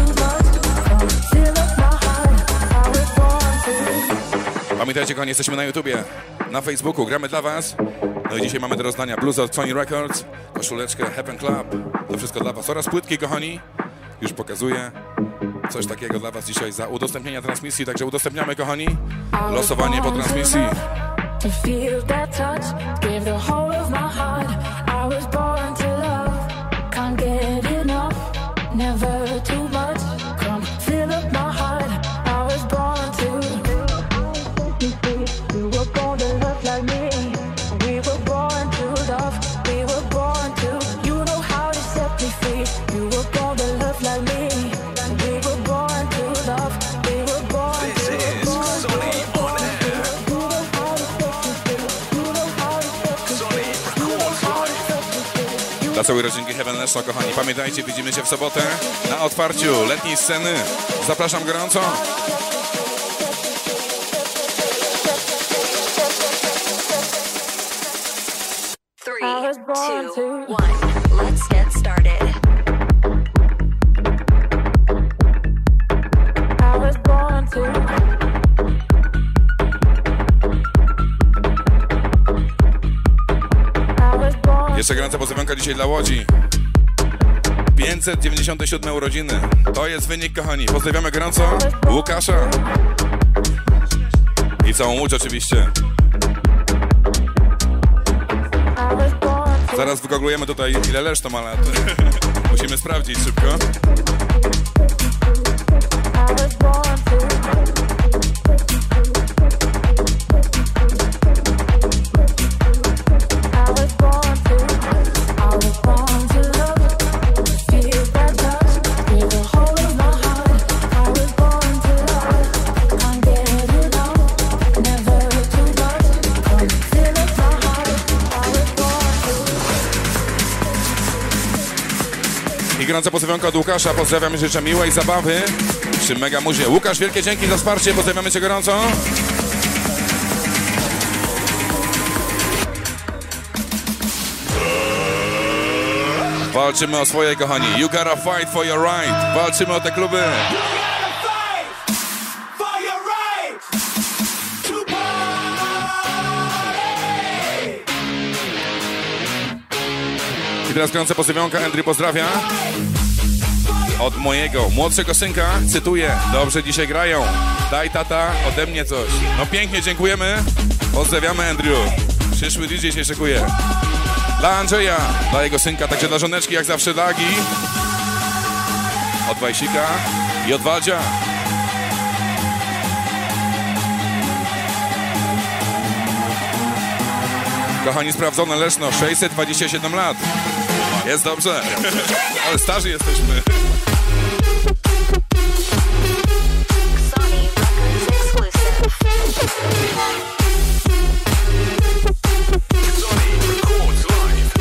Pamiętajcie, kochani, jesteśmy na YouTubie, na Facebooku, gramy dla was. No i dzisiaj mamy do rozdania blues od Sony Records, koszuleczkę Heaven Club, to wszystko dla was. Oraz płytki, kochani, już pokazuję coś takiego dla was dzisiaj za udostępnienie transmisji, także udostępniamy, kochani, losowanie po transmisji. Can't get enough, never too much. Come fill up my heart. I was born to. You were born to love like me. We were born to love. We were born to. You know how to set me free. You were born to love like me. We were born to love. We were born to. This is Sony on Air. You know how to set me free. You know how to set me free. Sony Records Live. Dla całej rodzinki Heaven Lesno, kochani. Pamiętajcie, widzimy się w sobotę na otwarciu letniej sceny. Zapraszam gorąco. Three, two, one. Let's get started. I was born to. Jeszcze gorąca pozdrowionka dzisiaj dla Łodzi. pięćset dziewięćdziesiąte siódme urodziny. To jest wynik, kochani. Pozdrawiamy gorąco Łukasza. I całą Łódź oczywiście. Zaraz wygooglujemy tutaj, ile Leszto ma lat. Musimy sprawdzić szybko. I gorąca pozdrowionka od Łukasza. Pozdrawiam i życzę miłej zabawy przy Mega Muzie. Łukasz, wielkie dzięki za wsparcie. Pozdrawiamy cię gorąco. Walczymy o swoje, kochani. You gotta fight for your right. Walczymy o te kluby. I teraz gorąca pozdrowionka. Andrew pozdrawia. Od mojego młodszego synka, cytuję: dobrze dzisiaj grają. Daj tata ode mnie coś. No pięknie, dziękujemy. Pozdrawiamy, Andrew. Przyszły D J się szykuje. Dla Andrzeja, dla jego synka, także dla żoneczki, jak zawsze dla Agi. Od Wajsika i od Waldzia. Kochani, sprawdzone Leszno, sześćset dwadzieścia siedem lat. Jest dobrze, ale starzy jesteśmy. Sony Records exclusive. Sony Records Live.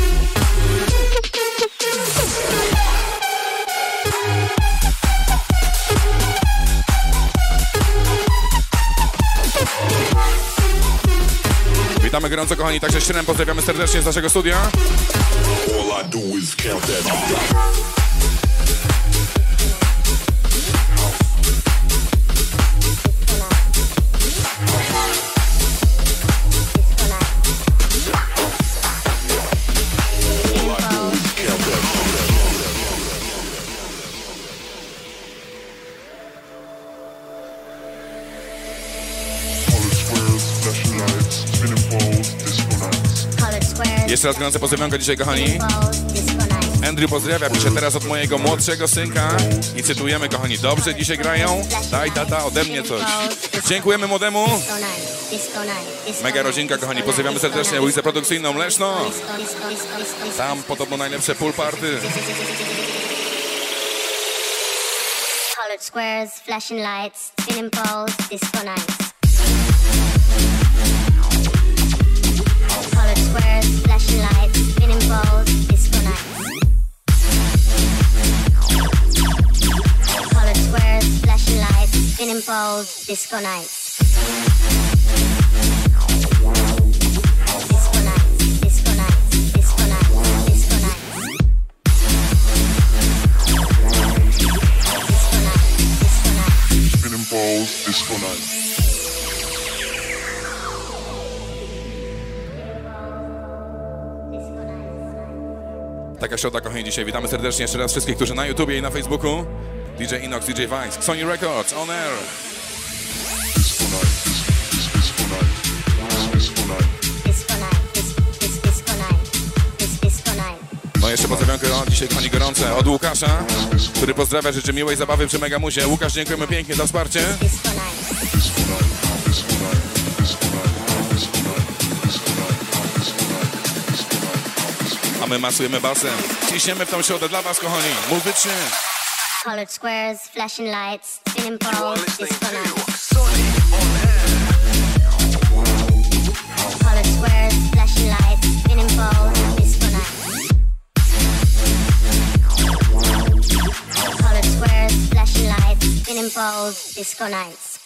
Witamy gorąco, kochani, także ścierem pozdrawiamy serdecznie z naszego studia. All I do is count that. All I do is count that. Jeszcze raz gorące pozdrowionko dzisiaj, kochani. Andrew pozdrawia, pisze teraz od mojego młodszego synka i cytujemy, kochani, dobrze dzisiaj grają? Daj tata ode mnie coś. Dziękujemy młodemu. Mega rodzinka, kochani, pozdrawiamy serdecznie ulicę Produkcyjną, Leszno. Tam podobno najlepsze pool party. Colored squares, flashing lights, spinning poles, disco nights. Colored squares, flashing lights, spinning poles, disco nights. Colored squares, flashing lights, spinning poles, disco nights. Disco nights, disco nights, disco nights, disco nights. Spinning balls, disco night. Taka środa, kochani, dzisiaj. Witamy serdecznie jeszcze raz wszystkich, którzy na YouTubie i na Facebooku. D J Inox, D J Vice, Sony Records, On Air. Disco night, disco night, disco night. No jeszcze pozdrawionko dzisiaj, kochani, gorące od Łukasza, który pozdrawia, życzy miłej zabawy przy Megamuzie. Łukasz, dziękujemy pięknie za wsparcie. A my masujemy basem. Ciśniemy w tą środę dla was, kochani. Muzycznie. Colored squares, flashing lights, spinning poles, disco nights. Colored squares, flashing lights, spinning poles, disco nights. Colored squares, flashing lights, spinning poles, disco nights.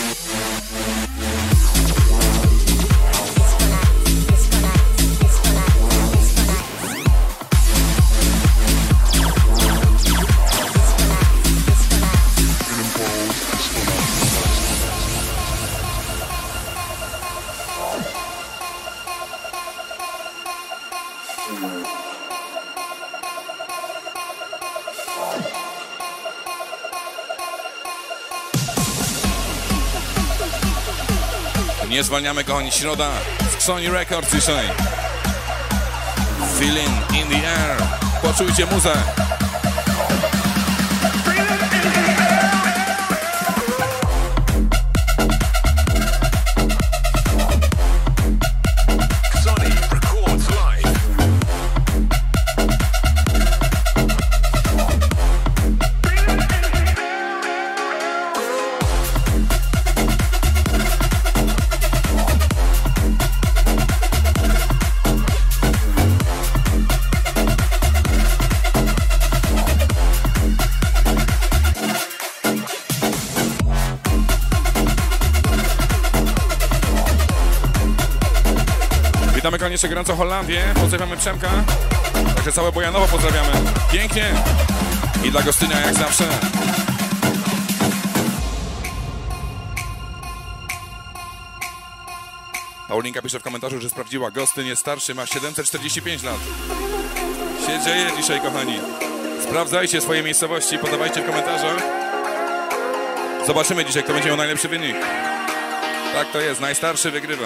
Nie zwalniamy, kochani, środa z Sony Records dzisiaj. Feeling in the air. Poczujcie muzę. Witamy, koniecznie gorąco Holandię, pozdrawiamy Przemka, także całe Bojanowo pozdrawiamy, pięknie i dla Gostynia jak zawsze. Paulinka pisze w komentarzu, że sprawdziła, Gostyn jest starszy, ma siedemset czterdzieści pięć lat. Się dzieje dzisiaj, kochani. Sprawdzajcie swoje miejscowości, podawajcie w komentarzach. Zobaczymy dzisiaj, kto będzie miał najlepszy wynik. Tak to jest, najstarszy wygrywa.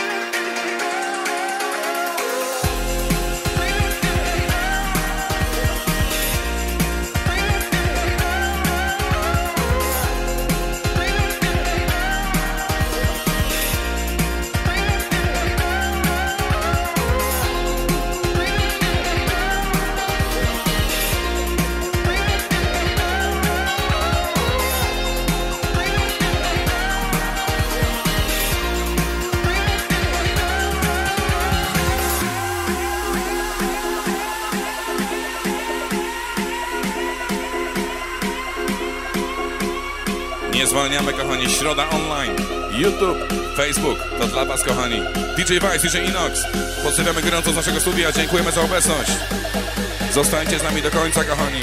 Nie zwalniamy, kochani, środa online, YouTube, Facebook, to dla was, kochani. D J Vice, D J Inox, pozdrawiamy gorąco z naszego studia, dziękujemy za obecność. Zostańcie z nami do końca, kochani.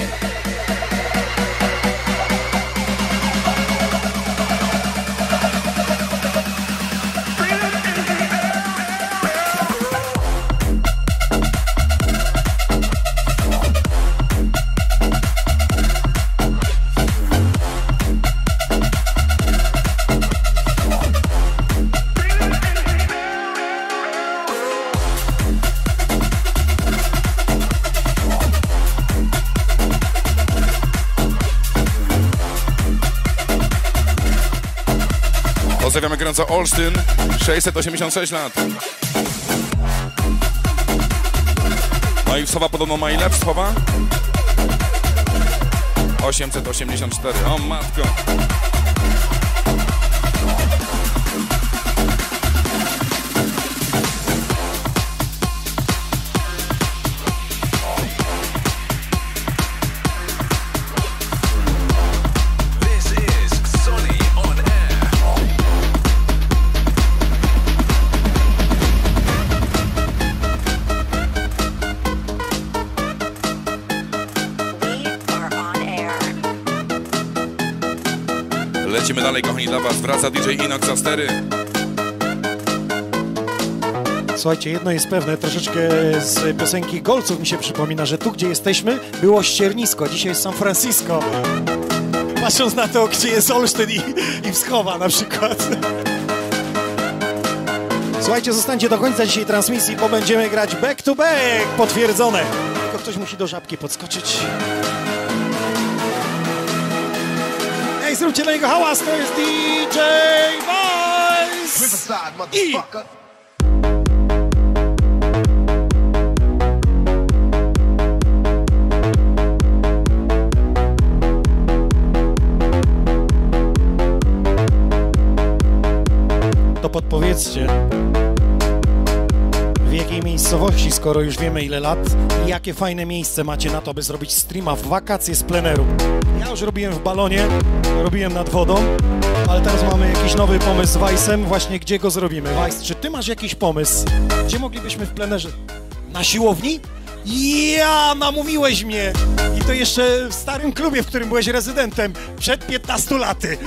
Pozdrawiamy gorąco Olsztyn, sześćset osiemdziesiąt sześć lat. No i Wschowa podobno ma ile? Wschowa? osiemset osiemdziesiąt cztery. O matko. Lecimy dalej, kochani, dla was. Wraca D J Inox za stery. Słuchajcie, jedno jest pewne, troszeczkę z piosenki Golców mi się przypomina, że tu, gdzie jesteśmy, było ściernisko, dzisiaj jest San Francisco. Patrząc na to, gdzie jest Olsztyn i, i Wschowa na przykład. Słuchajcie, zostańcie do końca dzisiaj transmisji, bo będziemy grać back to back, potwierdzone. Tylko ktoś musi do żabki podskoczyć. Ej, zróbcie dla niego hałas, to jest D J Vice! I... To podpowiedzcie, w jakiej miejscowości, skoro już wiemy ile lat, i jakie fajne miejsce macie na to, by zrobić streama w wakacje z pleneru. Ja już robiłem w balonie, robiłem nad wodą, ale teraz mamy jakiś nowy pomysł z Vice'em, właśnie gdzie go zrobimy. Vice, czy ty masz jakiś pomysł? Gdzie moglibyśmy w plenerze? Na siłowni? Ja, namówiłeś mnie! I to jeszcze w starym klubie, w którym byłeś rezydentem, przed piętnastu laty.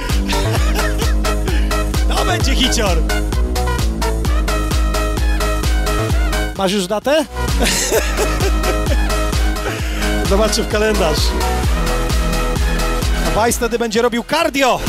To będzie hicior! Masz już datę? Zobaczę w kalendarz. A Vice wtedy będzie robił cardio!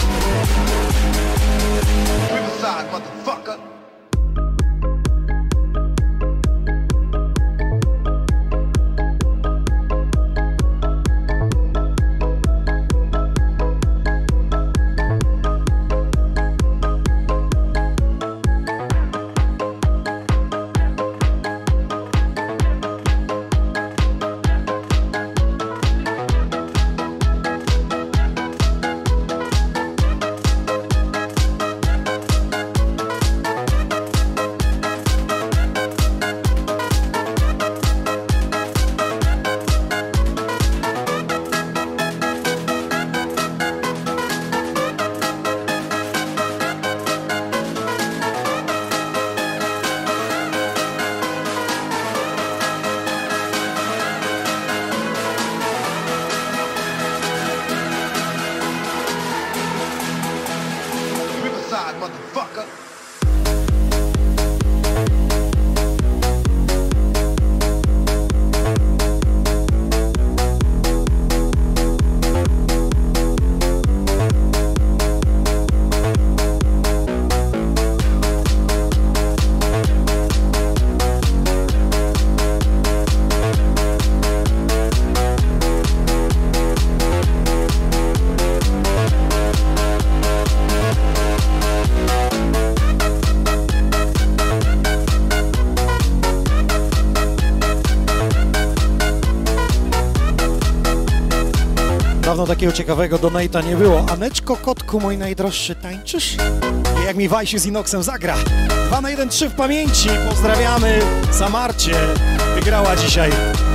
Dawno takiego ciekawego donate'a nie było. Aneczko, kotku mój najdroższy, tańczysz? I jak mi Vice z Inoxem zagra. dwa na jeden trzy w pamięci. Pozdrawiamy Samarcie. Wygrała dzisiaj.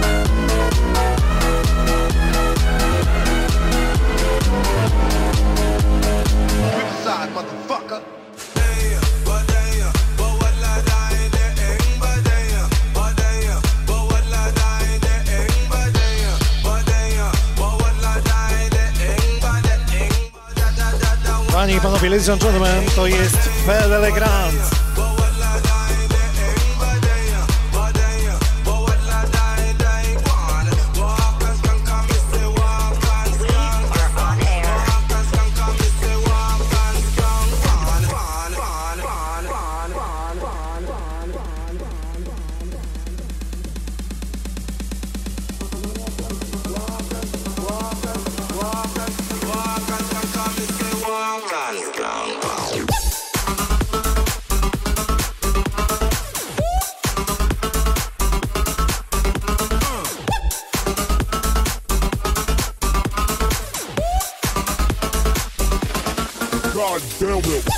Panie i panowie, ladies and gentlemen, to jest Fedele Grand. down with.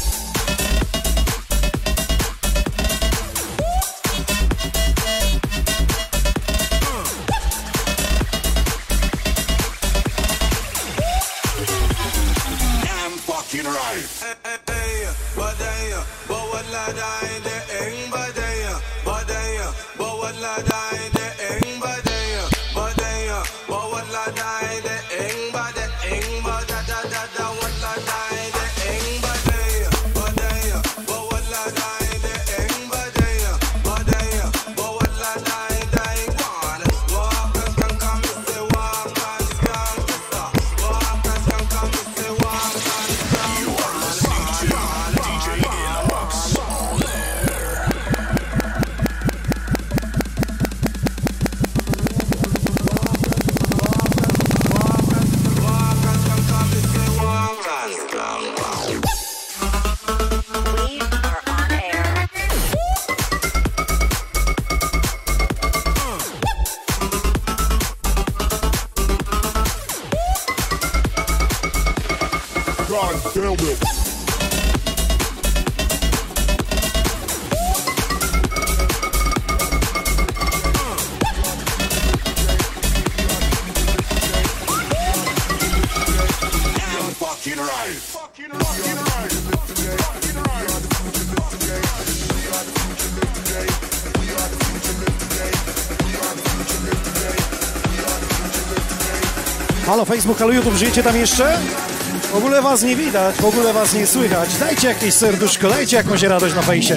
Halo Facebook, halo YouTube, żyjecie tam jeszcze? W ogóle was nie widać, w ogóle was nie słychać. Dajcie jakieś serduszko, dajcie jakąś radość na fejsie.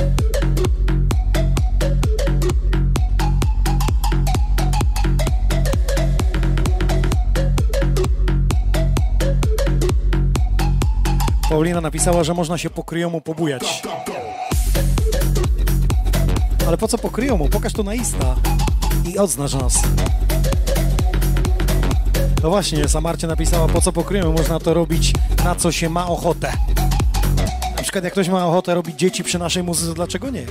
Paulina napisała, że można się po kryjomu pobujać. Ale po co po kryjomu? Pokaż to na Insta i odznacz nas. No właśnie, Samarcie napisała, po co po kryjomu? Można to robić, na co się ma ochotę. Na przykład jak ktoś ma ochotę robić dzieci przy naszej muzyce, dlaczego nie?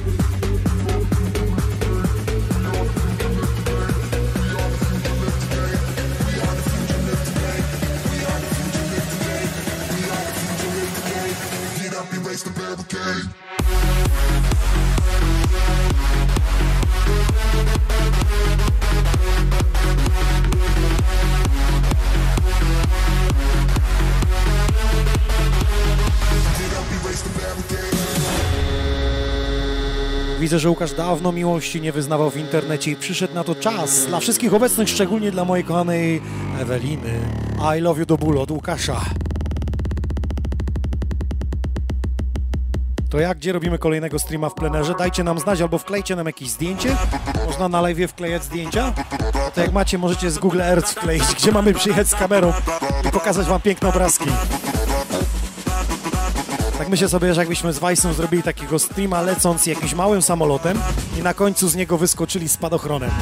Widzę, że Łukasz dawno miłości nie wyznawał w internecie i przyszedł na to czas. Dla wszystkich obecnych, szczególnie dla mojej kochanej Eweliny. I love you do bólu od Łukasza. To jak, gdzie robimy kolejnego streama w plenerze? Dajcie nam znać albo wklejcie nam jakieś zdjęcie. Można na live'ie wklejać zdjęcia. To jak macie, możecie z Google Earth wkleić, gdzie mamy przyjechać z kamerą i pokazać wam piękne obrazki. Tak myślę sobie, że jakbyśmy z Weissem zrobili takiego streama lecąc jakimś małym samolotem i na końcu z niego wyskoczyli spadochronem.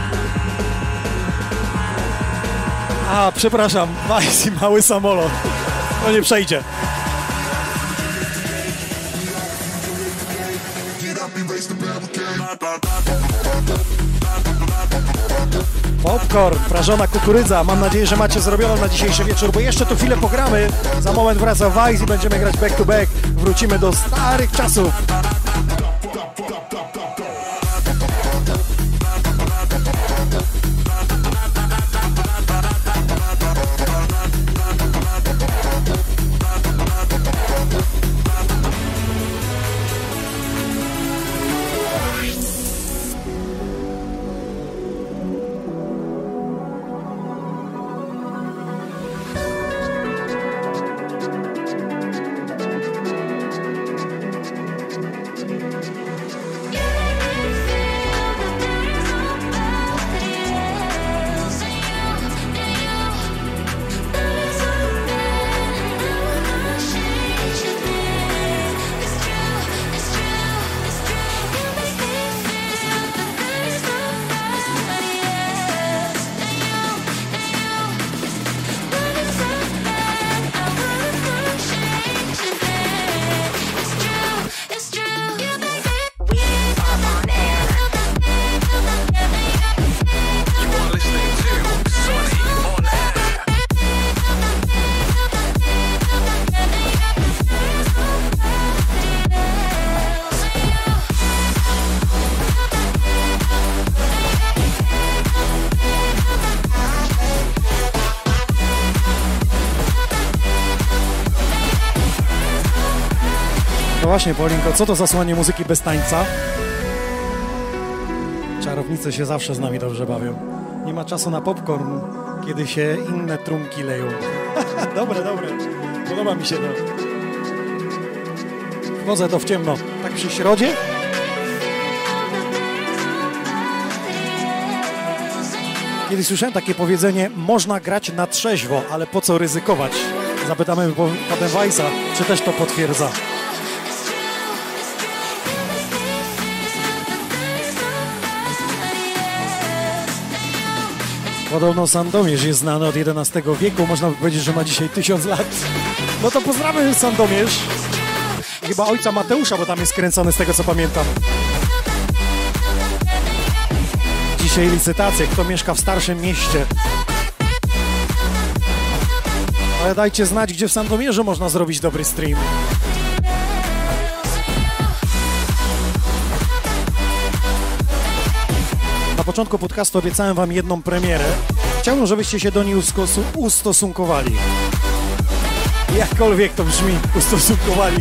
A, przepraszam, Weiss i mały samolot. No nie przejdzie. Popcorn, prażona kukurydza. Mam nadzieję, że macie zrobioną na dzisiejszy wieczór, bo jeszcze tu chwilę pogramy. Za moment wraca Weiss i będziemy grać back to back. Wrócimy do starych czasów. właśnie, Paulinko, co to za słuchanie muzyki bez tańca? Czarownice się zawsze z nami dobrze bawią. Nie ma czasu na popcorn, kiedy się inne trumki leją. Dobre, dobre. Podoba mi się to. Wchodzę to w ciemno. Tak przy środzie? Kiedyś słyszałem takie powiedzenie, można grać na trzeźwo, ale po co ryzykować? Zapytamy potem Weissa, czy też to potwierdza. Podobno Sandomierz jest znany od jedenastego wieku, można by powiedzieć, że ma dzisiaj tysiąc lat. No to pozdrawiamy Sandomierz. Chyba ojca Mateusza, bo tam jest kręcony z tego co pamiętam. Dzisiaj licytacje, kto mieszka w starszym mieście. Ale dajcie znać, gdzie w Sandomierzu można zrobić dobry stream. Na początku podcastu obiecałem wam jedną premierę. Chciałbym, żebyście się do niej ustosunkowali. Jakkolwiek to brzmi, ustosunkowali.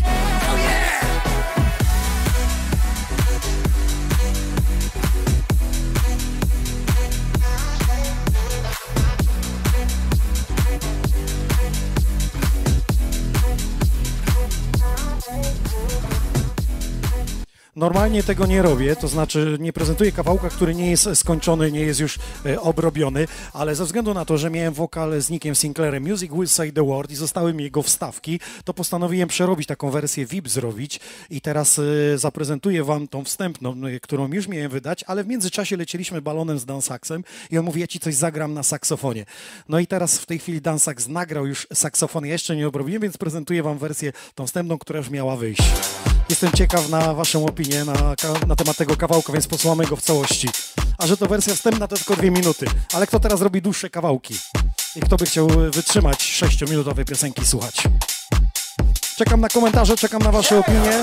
Normalnie tego nie robię, to znaczy nie prezentuję kawałka, który nie jest skończony, nie jest już e, obrobiony, ale ze względu na to, że miałem wokal z Nickiem Sinclairem, Music Will Say the Word i zostały mi jego wstawki, to postanowiłem przerobić taką wersję V I P zrobić i teraz e, zaprezentuję wam tą wstępną, e, którą już miałem wydać, ale w międzyczasie lecieliśmy balonem z Dan Saxem i on mówi, ja ci coś zagram na saksofonie. No i teraz w tej chwili Dan Sax nagrał już saksofon, ja jeszcze nie obrobiłem, więc prezentuję wam wersję tą wstępną, która już miała wyjść. Jestem ciekaw na waszą opinię na, na temat tego kawałka, więc posłuchamy go w całości. A że to wersja wstępna, to tylko dwie minuty. Ale kto teraz robi dłuższe kawałki? I kto by chciał wytrzymać sześciominutowej piosenki słuchać? Czekam na komentarze, czekam na wasze opinie.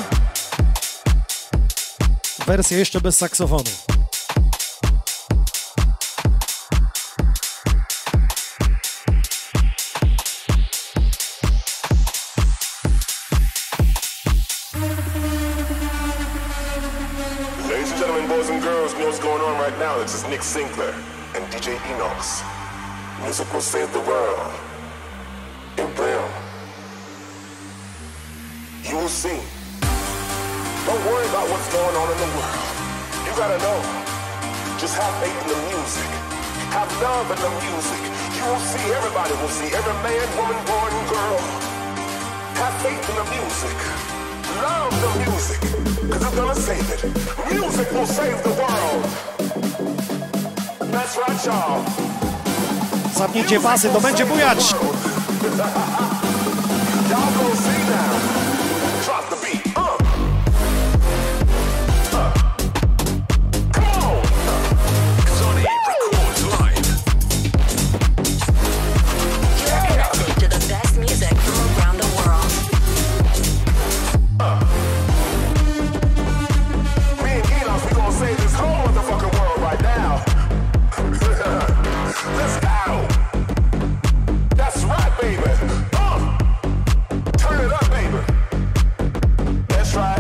Wersja jeszcze bez saksofonu. Boys and girls, you know what's going on right now. This is Nick Sinclair and D J Enox. Music will save the world. It will. You will see. Don't worry about what's going on in the world. You gotta know. Just have faith in the music. Have love in the music. You will see, everybody will see. Every man, woman, boy, and girl. Have faith in the music. Love the music, cause it's gonna save it. Music will save the world. That's right, y'all. Zapnijcie pasy, to będzie bujać. Y'all gonna see now. Drop the beat. Uh. Uh. Come on. Sonny records live. You're connected to the best music from around the world. Save this whole motherfucking world right now. Let's go. That's right, baby. Uh. Turn it up, baby. That's right.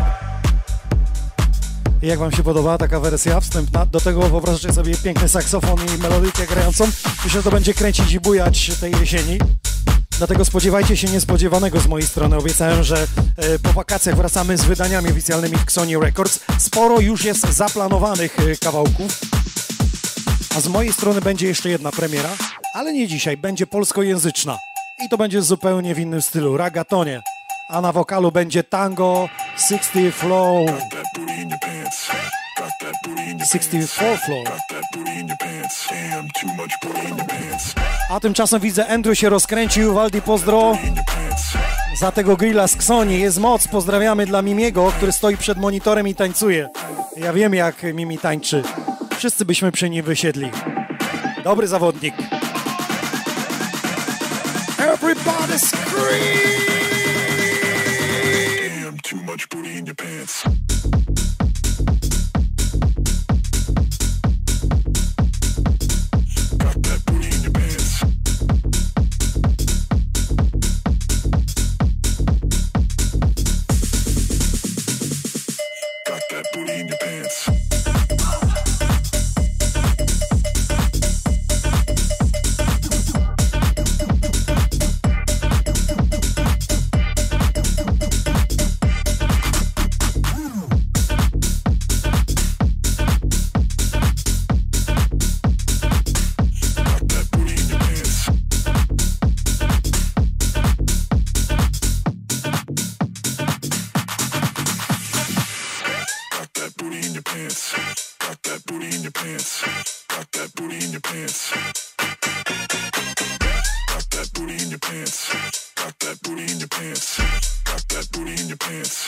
Jak wam się podoba taka wersja wstępna? Do tego wyobrażacie sobie piękny saksofon i melodykę grającą. Myślę, że to będzie kręcić i bujać tej jesieni. Dlatego spodziewajcie się niespodziewanego z mojej strony. Obiecałem, że e, po wakacjach wracamy z wydaniami oficjalnymi w Sony Records. Sporo już jest zaplanowanych e, kawałków. A z mojej strony będzie jeszcze jedna premiera, ale nie dzisiaj, będzie polskojęzyczna. I to będzie zupełnie w innym stylu, ragatonie. A na wokalu będzie tango sixty flow. sixty-four flow. A tymczasem widzę, Andrew się rozkręcił. Waldi, pozdro za tego grilla z Ksoni. Jest moc, pozdrawiamy dla Mimiego, który stoi przed monitorem i tańcuje. Ja wiem, jak Mimi tańczy. Wszyscy byśmy przy nim wysiedli. Dobry zawodnik. Everybody scream! Damn, too much booty in your pants. pants. Got that booty in your pants. Got that booty in your pants. Got that booty in your pants.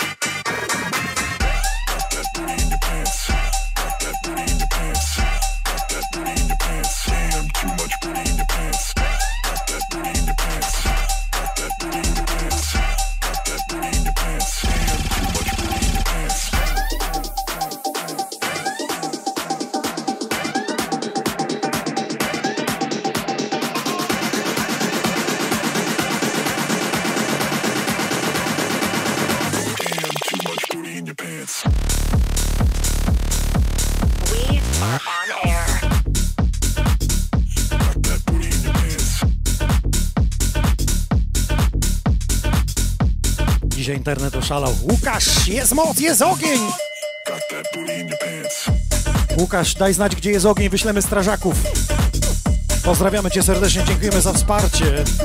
Got that booty in your pants. Got that booty in your pants. Got that booty in your pants. Damn, too much booty in your pants. Got that booty in your pants. Got that booty in your pants. Got that booty in your pants. Damn, too much booty in your pants. We are on air. Dzisiaj internet oszalał. Łukasz, jest moc, jest ogień! Łukasz, daj znać, gdzie jest ogień, wyślemy strażaków. Pozdrawiamy cię serdecznie, dziękujemy za wsparcie.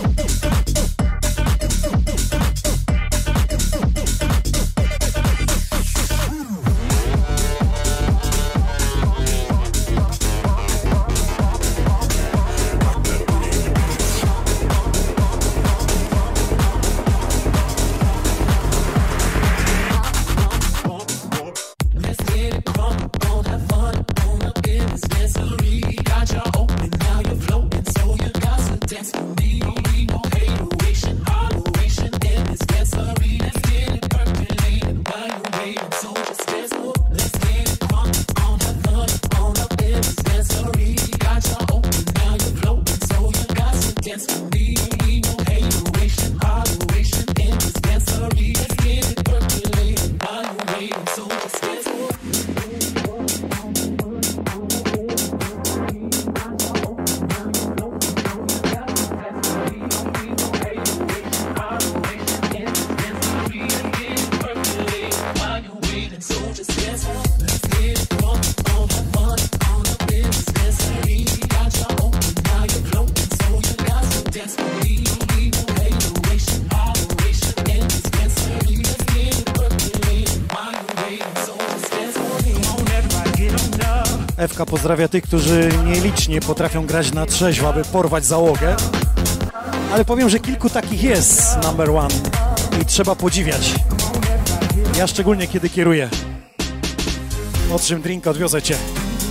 Ewka pozdrawia tych, którzy nielicznie potrafią grać na trzeźwo, aby porwać załogę. Ale powiem, że kilku takich jest number one i trzeba podziwiać. Ja szczególnie, kiedy kieruję. Otrzym drink, odwiozę cię.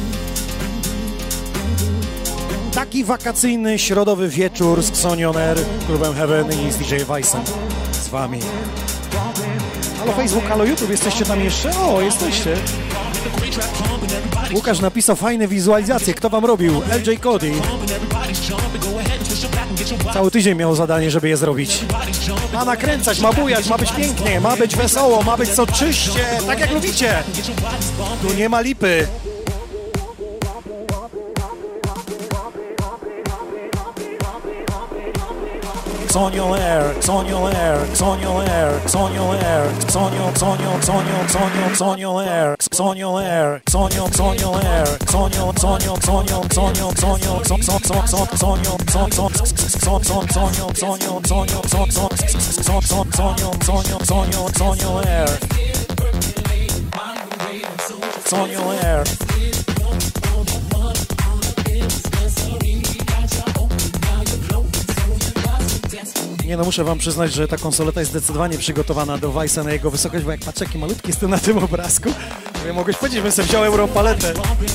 Taki wakacyjny, środowy wieczór z Xoni On Air, klubem Heaven i z D J Vice'em. Z wami. Halo Facebook, halo YouTube, jesteście tam jeszcze? O, jesteście. Łukasz napisał fajne wizualizacje. Kto wam robił? L J Cody. Cały tydzień miał zadanie, żeby je zrobić. Ma nakręcać, ma bujać, ma być pięknie, ma być wesoło, ma być soczyście, tak jak lubicie. Tu nie ma lipy. Xoni On Air, Xoni On Air, Xoni On Air, Xoni On Air, Xonio, Xonio, Xonio, Xonio, Xoni On Air, Xoni On Air, Xonio, Xoni On Air, Xonio, Xonio, Xonio, Xonio, Xonio, Xonio, Xonio, Xonio, Xonio, Xonio, Xonio, Xonio, Xonio, Xonio Air, Xoni On Air. Nie no, muszę wam przyznać, że ta konsoleta jest zdecydowanie przygotowana do Vice'a na jego wysokość, bo jak patrzę, jaki malutki jestem na tym obrazku, to ja mogłeś powiedzieć, bym sobie wziął Europaletę.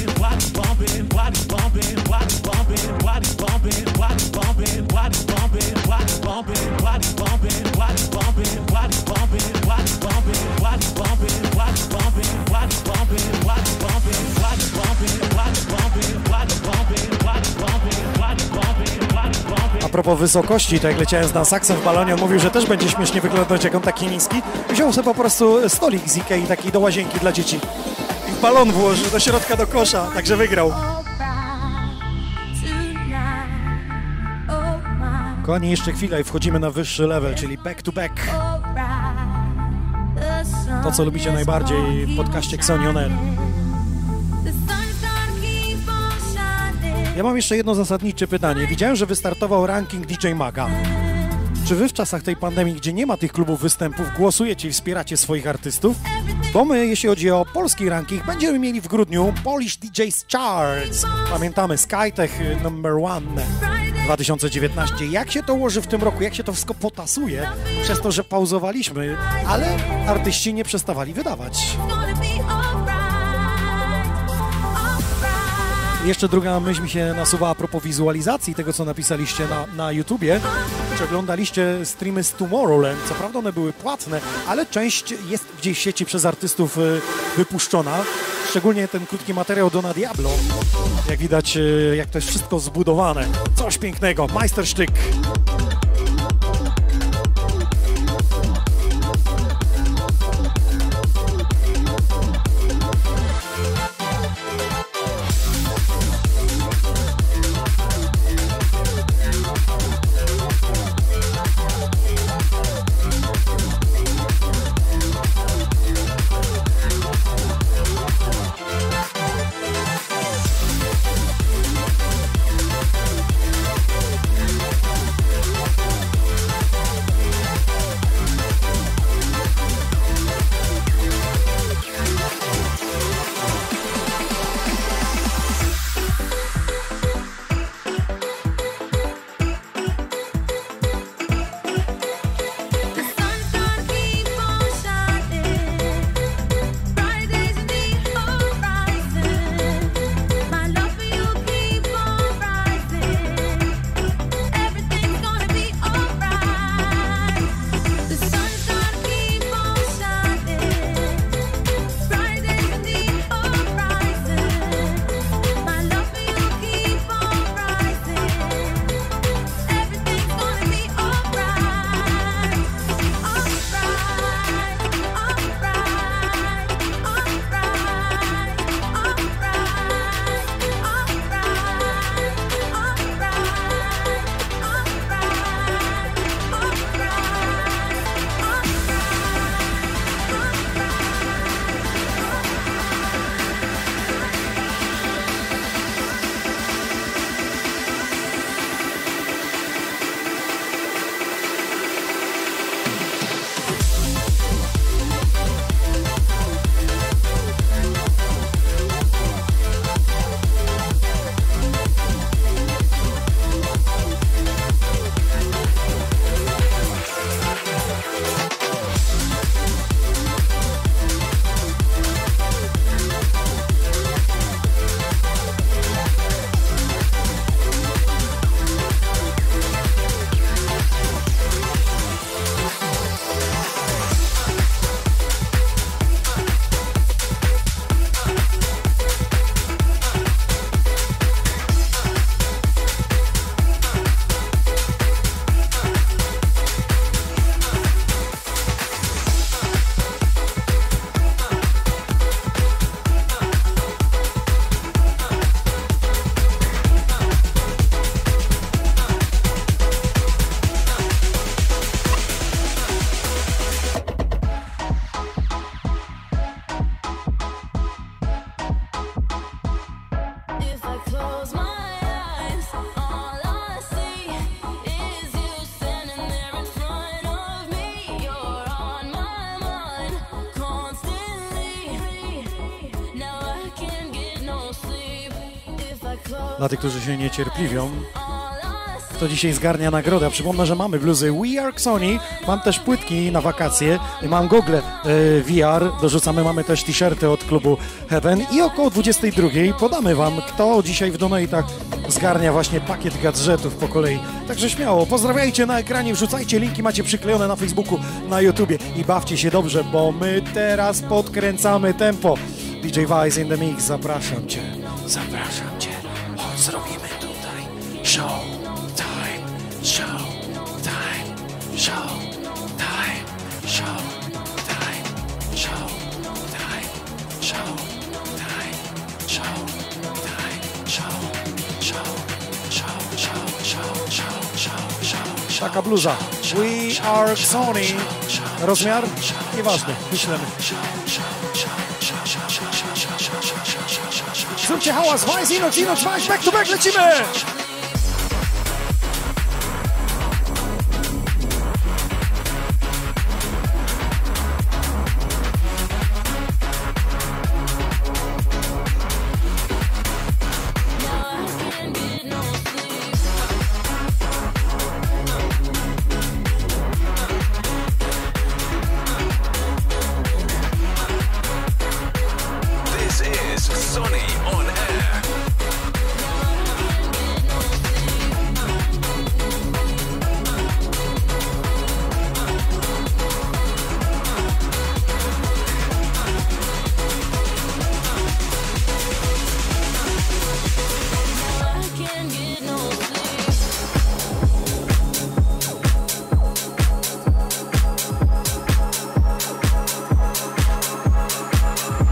A propos wysokości, to jak leciałem z Dansaksem w balonie, on mówił, że też będzie śmiesznie wyglądać, jak on taki niski. Wziął sobie po prostu stolik z Ikei, taki do łazienki dla dzieci. I w balon włożył do środka do kosza, także wygrał. Kochani, jeszcze chwilę i wchodzimy na wyższy level, czyli back to back. To, co lubicie najbardziej w podcaście Xoni On Air. Ja mam jeszcze jedno zasadnicze pytanie. Widziałem, że wystartował ranking D J Maga. Czy wy w czasach tej pandemii, gdzie nie ma tych klubów występów, głosujecie i wspieracie swoich artystów? Bo my, jeśli chodzi o polski ranking, będziemy mieli w grudniu Polish D J's Charts. Pamiętamy Skytech number one dwa tysiące dziewiętnaście. Jak się to ułoży w tym roku, jak się to wszystko potasuje, przez to, że pauzowaliśmy, ale artyści nie przestawali wydawać. Jeszcze druga myśl mi się nasuwa a propos wizualizacji tego, co napisaliście na, na YouTubie. Czy oglądaliście streamy z Tomorrowland? Co prawda one były płatne, ale część jest gdzieś w sieci przez artystów y, wypuszczona. Szczególnie ten krótki materiał Dona Diablo. Jak widać, y, jak to jest wszystko zbudowane. Coś pięknego. Majstersztyk. Dla tych, którzy się niecierpliwią, kto dzisiaj zgarnia nagrodę. Przypomnę, że mamy bluzy We Are Sony, mam też płytki na wakacje, mam gogle y, V R, dorzucamy, mamy też t-shirty od klubu Heaven i około dwudziestej drugiej podamy wam, kto dzisiaj w donate'ach zgarnia właśnie pakiet gadżetów po kolei. Także śmiało, pozdrawiajcie na ekranie, wrzucajcie linki, macie przyklejone na Facebooku, na YouTubie i bawcie się dobrze, bo my teraz podkręcamy tempo. D J Vice in the Mix, zapraszam cię, zapraszam cię, chodź zrobimy tutaj show. Show time, show time, show time, show time, show time, show time, show, show, show, show, show, show, show. Taka bluza. We Are Sony. Rozmiar? Nieważne. Wyślemy. Zróbcie hałas. Vice, Inox, Inox, Vice. Back to back lecimy!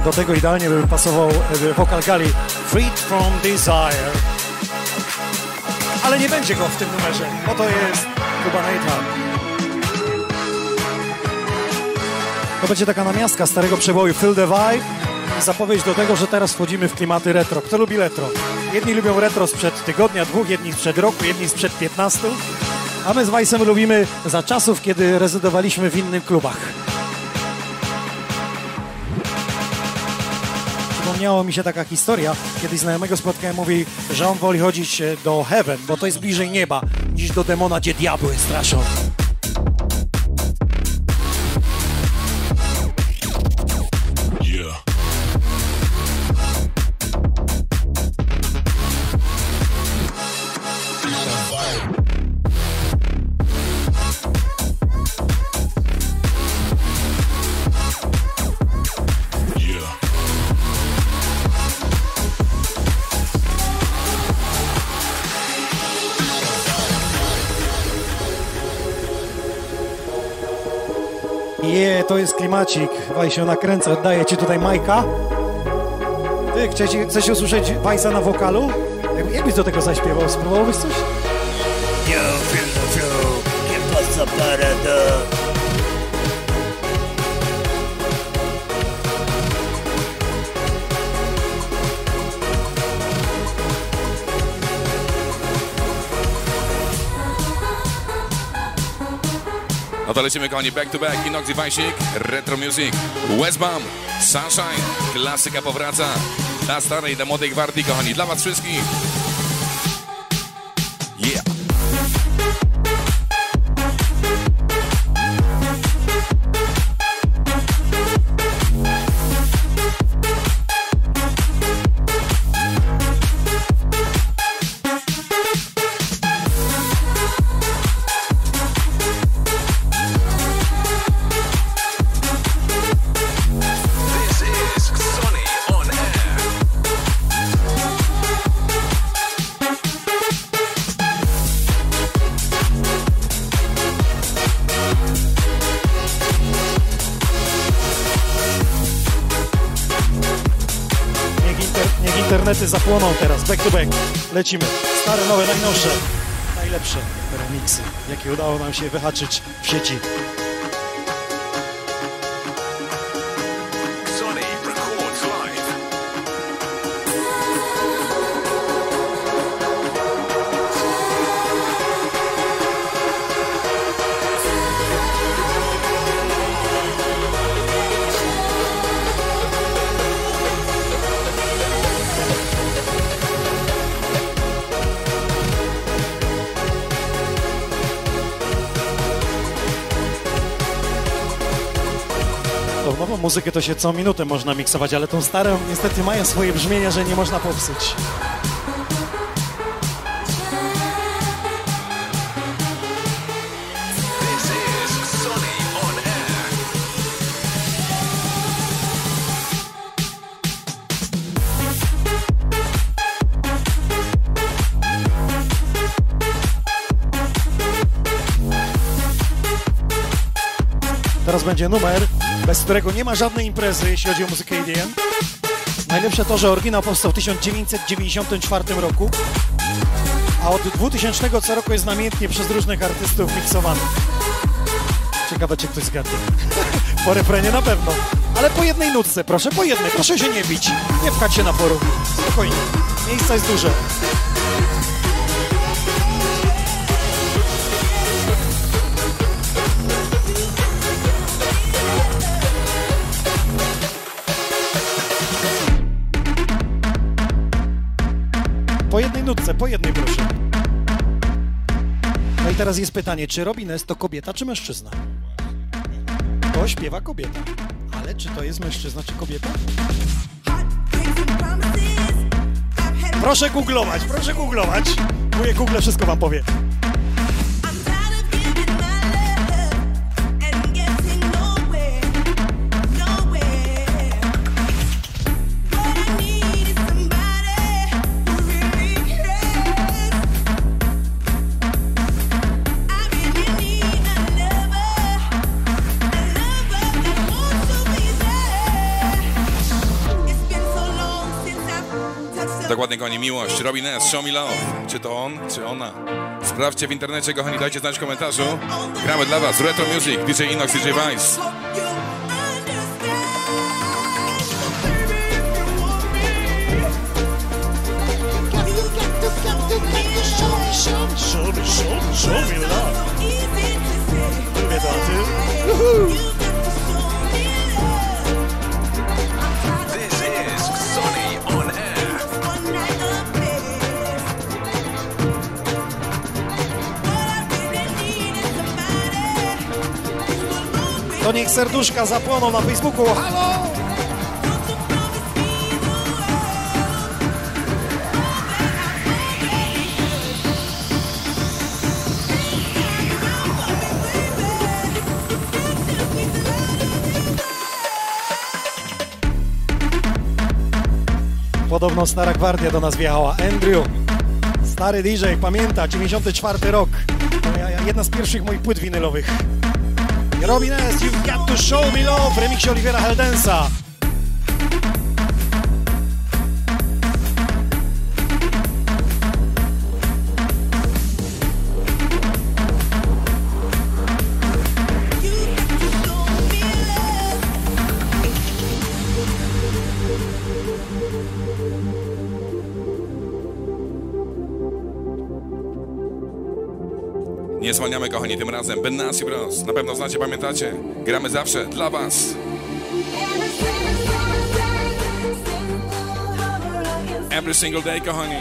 Do tego idealnie by pasował wokal Gali Freed from Desire. Ale nie będzie go w tym numerze, bo to jest Kuba Nathan. To będzie taka namiastka starego przeboju Feel the Vibe i zapowiedź do tego, że teraz wchodzimy w klimaty retro. Kto lubi retro? Jedni lubią retro sprzed tygodnia, dwóch, jedni sprzed roku, jedni sprzed piętnastu. A my z Weissem lubimy za czasów, kiedy rezydowaliśmy w innych klubach. Przypomniało mi się taka historia, kiedyś znajomego spotkałem, mówi, że on woli chodzić do Heaven, bo to jest bliżej nieba, niż do demona, gdzie diabły straszą. Je, to jest klimacik. Waj się nakręca, oddaję ci tutaj Majka. Ty, chcesz, chcesz usłyszeć Weissa na wokalu? Jak, jakbyś do tego zaśpiewał? Spróbowałbyś coś? Yo, feel the flow, que pasa parada. No to lecimy, kochani, back to back, Inox i Weissik, Retro Music, Westbam, Sunshine, klasyka powraca, dla starej, dla młodej gwardii, kochani, dla was wszystkich. Yeah! Internety zapłoną teraz, back to back. Lecimy. Stare, nowe, najnowsze. Najlepsze remiksy, jakie udało nam się wyhaczyć w sieci. Nową muzykę to się co minutę można miksować, ale tą starą niestety mają swoje brzmienia, że nie można popsuć. Teraz będzie numer, bez którego nie ma żadnej imprezy, jeśli chodzi o muzykę E D M. Najlepsze to, że oryginał powstał w tysiąc dziewięćset dziewięćdziesiątym czwartym roku, a od dwutysięcznego co roku jest namiętnie przez różnych artystów miksowany. Ciekawe, czy ktoś zgadnie. Po refrenie na pewno. Ale po jednej nutce, proszę, po jednej. Proszę się nie bić, nie pchać się na forum. Spokojnie, miejsca jest dużo. Po jednej nutce, po jednej, proszę. No i teraz jest pytanie, czy Robin S. to kobieta, czy mężczyzna? To śpiewa kobieta. Ale czy to jest mężczyzna, czy kobieta? Proszę googlować, proszę googlować. Moje Google wszystko wam powie. Dokładnie, kochani, miłość. Robin S, Show Me Love. Czy to on, czy ona? Sprawdźcie w internecie, kochani, dajcie znać w komentarzu. Gramy dla was Retro Music, D J Inox, D J Vice. Show me, show, show me love. Lubię to, a ty? This is Sonny on air. To niech serduszka zapłoną na Facebooku. Halo! Podobno stara gwardia do nas wjechała. Andrew, stary D J, pamięta, dziewięćdziesiąty czwarty rok. Jedna z pierwszych moich płyt winylowych. Robin S, You've Got to Show Me Love w remiksie Olivera Heldensa. Nie zwalniamy, kochani, tym razem Benassi Bros. Na pewno znacie, pamiętacie. Gramy zawsze dla was. Every single day, kochani.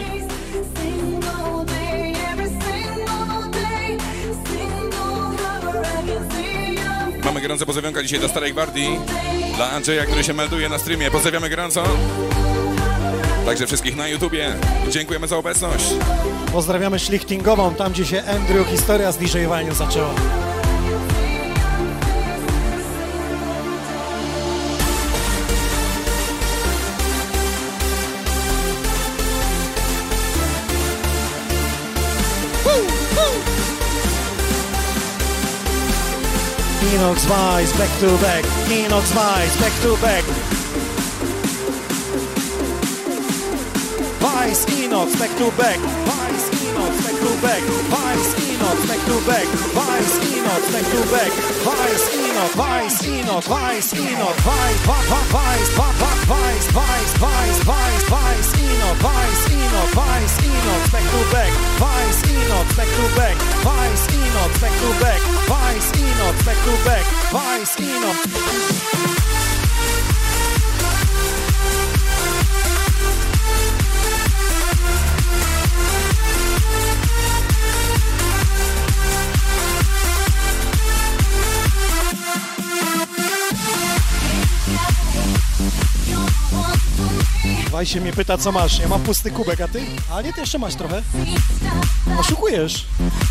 Mamy gorące pozdrowionka dzisiaj do Starej Gwardii. Dla Andrzeja, który się melduje na streamie. Pozdrawiamy gorąco. Także wszystkich na YouTubie. Dziękujemy za obecność. Pozdrawiamy Szlichtingową, tam gdzie się Andrew historia z D J-owaniem zaczęła. Inox Vice, back to back. Inox Vice, back to back. Vice, Inox, back to back. Vice, Inox, back to back. Vice, Inox, back to back. Vice, Inox, back to back. Vice, Inox, Vice, Inox, Vice, Inox, Vice, Vice, Vice, Vice, Vice, Vice, Vice, Inox, Vice, Inox, Vice, Inox, back to back. Vice, Inox, back to back. Vice, Inox, back to back. Vice, Inox, back to back. Vice, Inox. Wajsie mnie pyta, co masz. Ja mam pusty kubek, a ty? A nie, ty jeszcze masz trochę. Oszukujesz.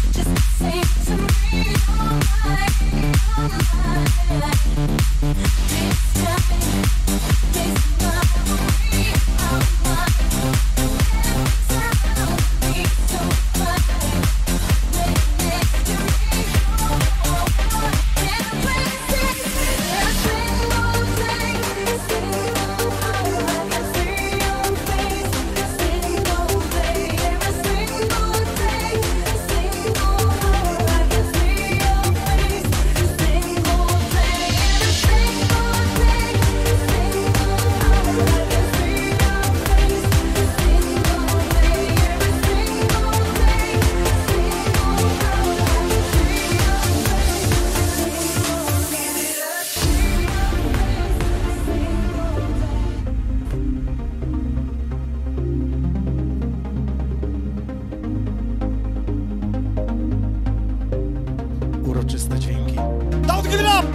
Uroczyste dźwięki. Don't give it up!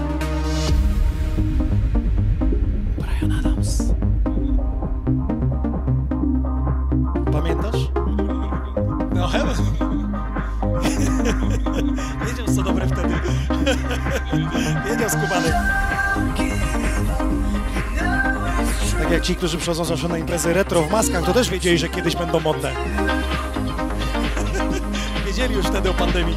Bryan Adams. Pamiętasz? No heaven. Wiedział, co dobre wtedy. Wiedział, skubany. Tak jak ci, którzy przychodzą zawsze na imprezy retro w maskach, to też wiedzieli, że kiedyś będą modne. Wiedzieli już wtedy o pandemii.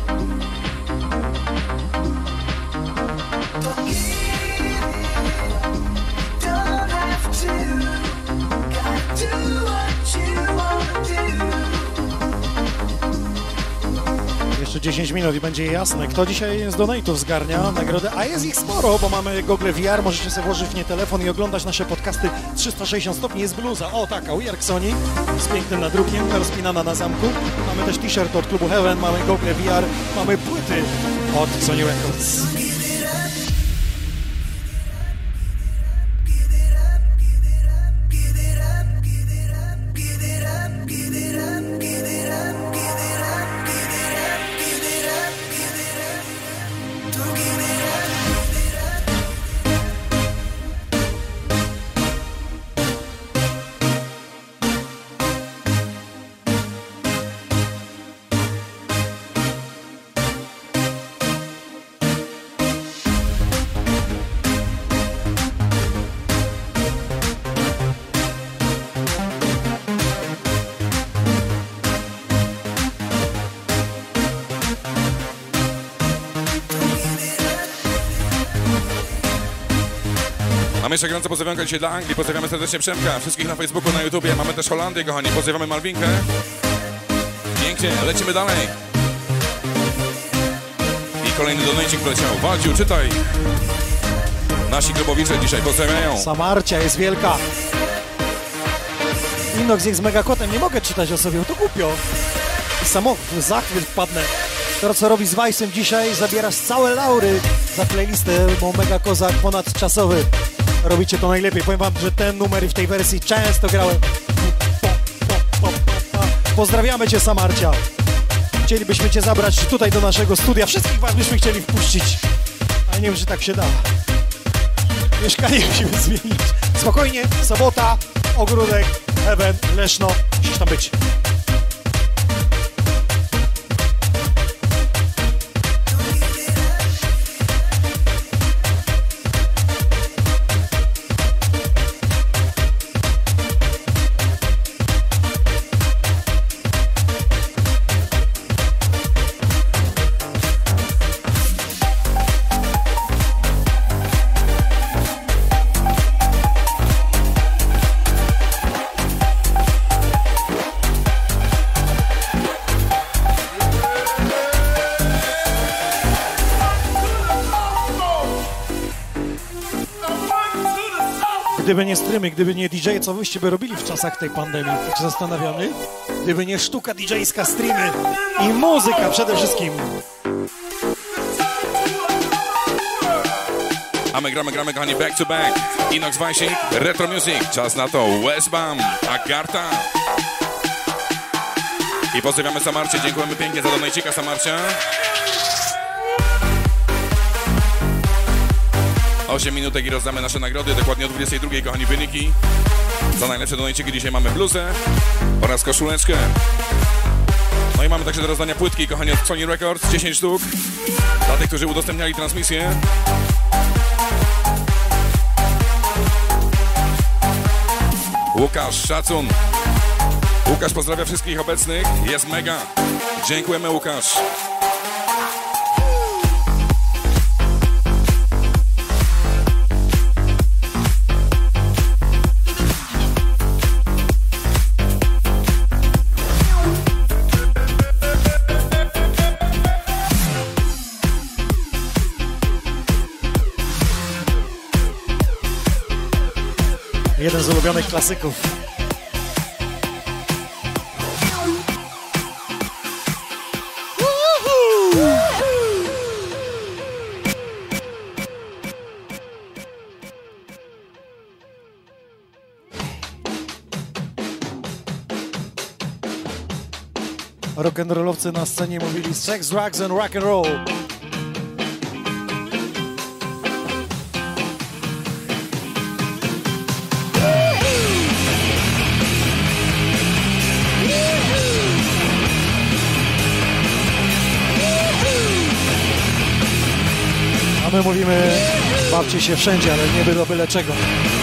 Don't have to, got to what you want. dziesięć minut i będzie jasne, kto dzisiaj z donate'ów zgarnia nagrodę, a jest ich sporo, bo mamy Google V R, możecie sobie włożyć w nie telefon i oglądać nasze podcasty trzysta sześćdziesiąt stopni, jest bluza, o taka, We Are Sony, z pięknym nadrukiem, rozpinana na zamku, mamy też t-shirt od klubu Heaven, mamy Google V R, mamy płyty od Sony Records. Mamy jeszcze gorąco pozdrowionka dzisiaj dla Anglii, pozdrawiamy serdecznie Przemka, wszystkich na Facebooku, na YouTubie, mamy też Holandię, kochani, pozdrawiamy Malwinkę. Pięknie, lecimy dalej. I kolejny donajcik poleciał. Walciu, czytaj. Nasi klubowicze dzisiaj pozdrawiają. Samarcia jest wielka. Inox jest megakotem, nie mogę czytać o sobie, to głupio. I samo w zachwyt wpadnę. To, co robi z Vice'em dzisiaj, zabierasz całe laury za playlistę, bo mega kozak ponadczasowy. Robicie to najlepiej. Powiem wam, że ten numer w tej wersji często grałem. Pozdrawiamy cię, Samarcia. Chcielibyśmy cię zabrać tutaj do naszego studia. Wszystkich was byśmy chcieli wpuścić. Ale nie wiem, czy tak się da. Mieszkanie musimy zmienić. Spokojnie, sobota, ogródek, Heaven, Leszno. Musisz tam być. Gdyby nie streamy, gdyby nie D J, co wyście by robili w czasach tej pandemii? Tak się zastanawiamy. Gdyby nie sztuka D J-ska, streamy i muzyka przede wszystkim. A my gramy, gramy, kochani, back to back. Inox Vicing, Retro Music, czas na to. Westbam, Agarta. I pozdrawiamy Samarcie, dziękujemy pięknie za donajcika, Samarcia. osiem minutek i rozdamy nasze nagrody, dokładnie o dwudziestej drugiej, kochani, wyniki. Za najlepsze donajciki dzisiaj mamy bluzę oraz koszuleczkę. No i mamy także do rozdania płytki, kochani, od Sony Records, dziesięć sztuk. Dla tych, którzy udostępniali transmisję. Łukasz, szacun. Łukasz pozdrawia wszystkich obecnych, jest mega. Dziękujemy, Łukasz. Jeden z ulubionych klasyków. Rock'n'rollowcy na scenie mówili sex, drugs and rock and roll. A my mówimy, bawcie się wszędzie, ale nie było byle czego.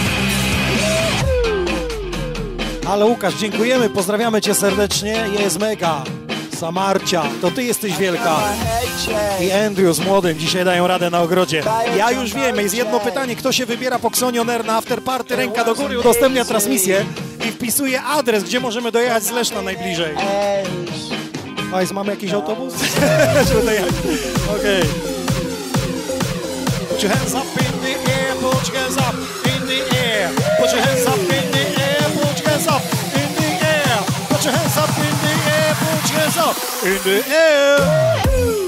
Ale Łukasz, dziękujemy, pozdrawiamy cię serdecznie, jest mega. Samarcia, to ty jesteś wielka. I Andrew z młodym dzisiaj dają radę na ogrodzie. Ja już wiem, jest jedno pytanie, kto się wybiera po Xonion Air na afterparty, ręka do góry, udostępnia transmisję i wpisuje adres, gdzie możemy dojechać z Leszna najbliżej. Ajs, mamy jakiś autobus? Okej. Put your hands up in the air, put your hands up in the air. Put your hands up in the air, put your hands up in the air. Put your hands up in the air, put your hands up in the air.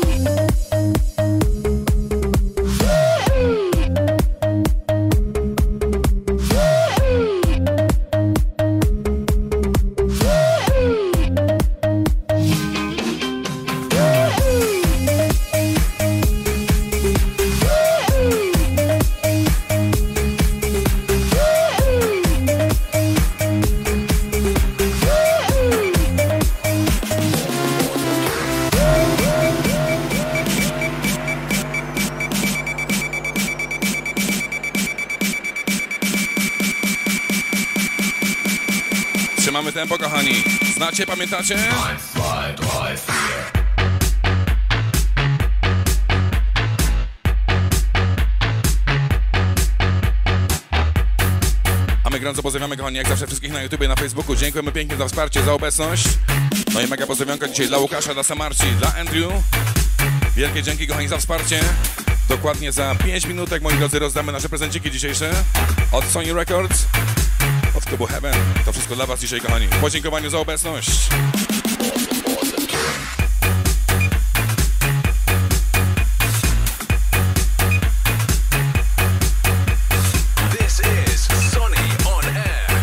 Trzymamy tempo, kochani. Znacie, pamiętacie? A my gorąco pozdrawiamy, kochani, jak zawsze wszystkich na YouTubie, na Facebooku. Dziękujemy pięknie za wsparcie, za obecność. No i mega pozdrowionka dzisiaj dla Łukasza, dla Samarci, dla Andrew. Wielkie dzięki, kochani, za wsparcie. Dokładnie za pięć minutek, moi drodzy, rozdamy nasze prezenciki dzisiejsze od Sony Records, od klubu Heaven. To wszystko dla was dzisiaj, kochani. W podziękowaniu za obecność. This is Sony on Air.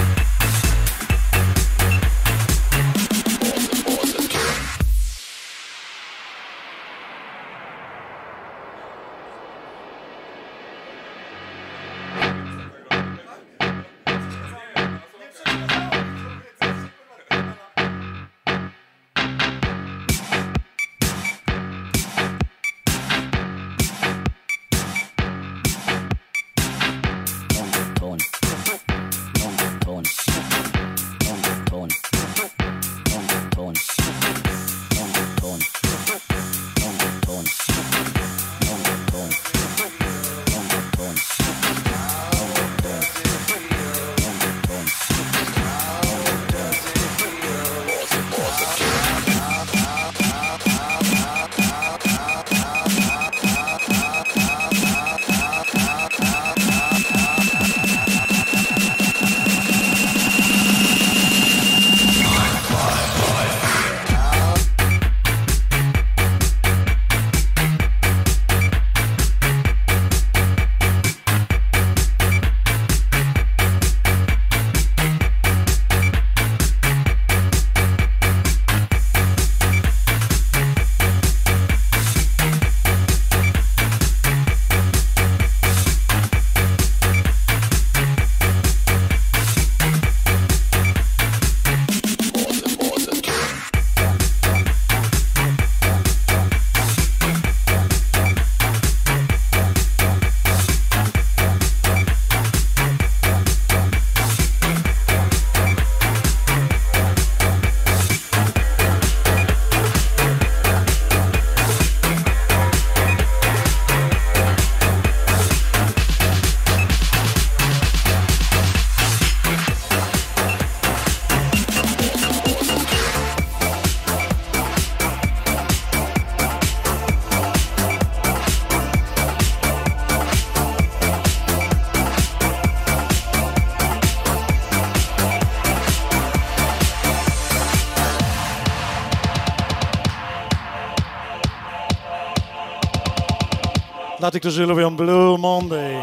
Dla tych, którzy lubią Blue Monday.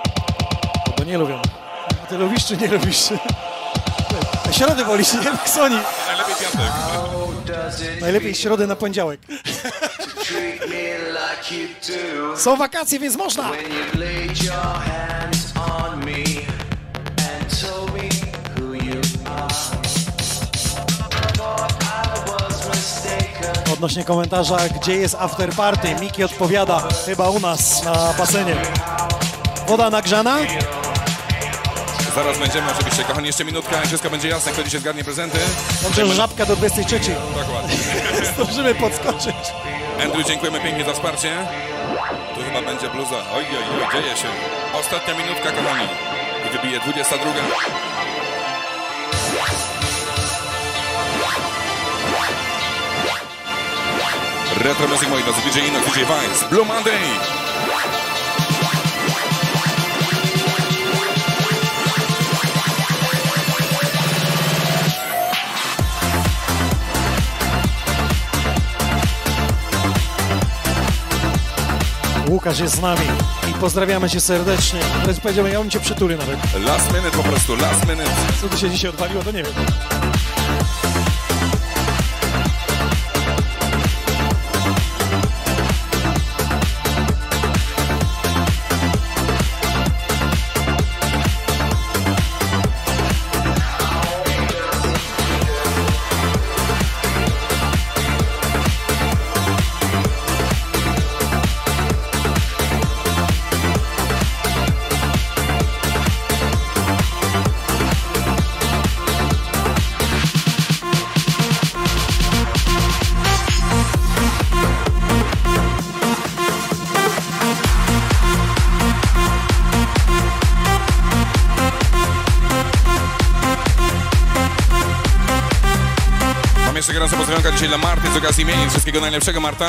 Bo nie lubią. A ty lubisz czy nie lubisz? Środy wolisz, nie? Sony. Najlepiej piątek. Najlepiej środę na poniedziałek. Są wakacje, więc można. Odnośnie komentarza, gdzie jest after party, Miki odpowiada, chyba u nas na basenie. Woda nagrzana? Zaraz będziemy, oczywiście, kochani, jeszcze minutka i wszystko będzie jasne, kto dzisiaj zgarnie prezenty. Dobrze, że żabka do dwudziestej trzeciej. Dokładnie. Zdążymy podskoczyć. Andrew, dziękujemy pięknie za wsparcie. Tu chyba będzie bluza. Oj, oj, oj, dzieje się. Ostatnia minutka, kochani. I wybije dwudziesta druga. Retro Music, moi drodzy, D J Inox, D J Vice, Blue Monday. Łukasz jest z nami i pozdrawiamy cię serdecznie. Wręcz powiedziałem, ja bym cię przytulił nawet. Last minute po prostu, last minute. Co tu się dzisiaj odwaliło, to nie wiem. Jeszcze gorąco pozdrowionka dzisiaj dla Marty z okazji imienin. Wszystkiego najlepszego, Marta.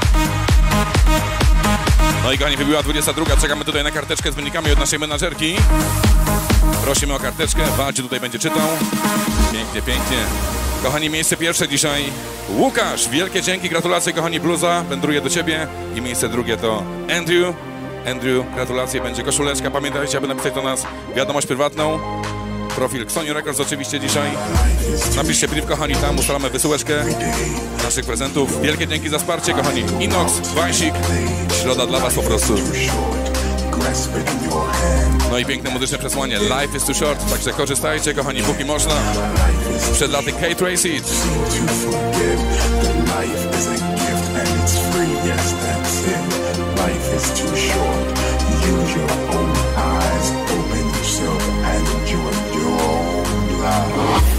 No i kochani, wybiła dwudziesta druga. Czekamy tutaj na karteczkę z wynikami od naszej menadżerki. Prosimy o karteczkę. Walczy tutaj będzie czytał. Pięknie, pięknie. Kochani, miejsce pierwsze dzisiaj Łukasz. Wielkie dzięki, gratulacje, kochani, bluza. Wędruje do ciebie. I miejsce drugie to Andrew. Andrew, gratulacje, będzie koszuleczka. Pamiętajcie, aby napisać do nas wiadomość prywatną. Profil Sony Records oczywiście dzisiaj. Napiszcie brief, kochani, tam ustalamy wysyłeczkę naszych prezentów. Wielkie dzięki za wsparcie, kochani. Inox, Wajsik, środa dla was po prostu. No i piękne muzyczne przesłanie. Life is too short, także korzystajcie, kochani, póki można. Przed laty Kate Tracy. Life is too short. Use your own eyes, open yourself, and enjoy your own life.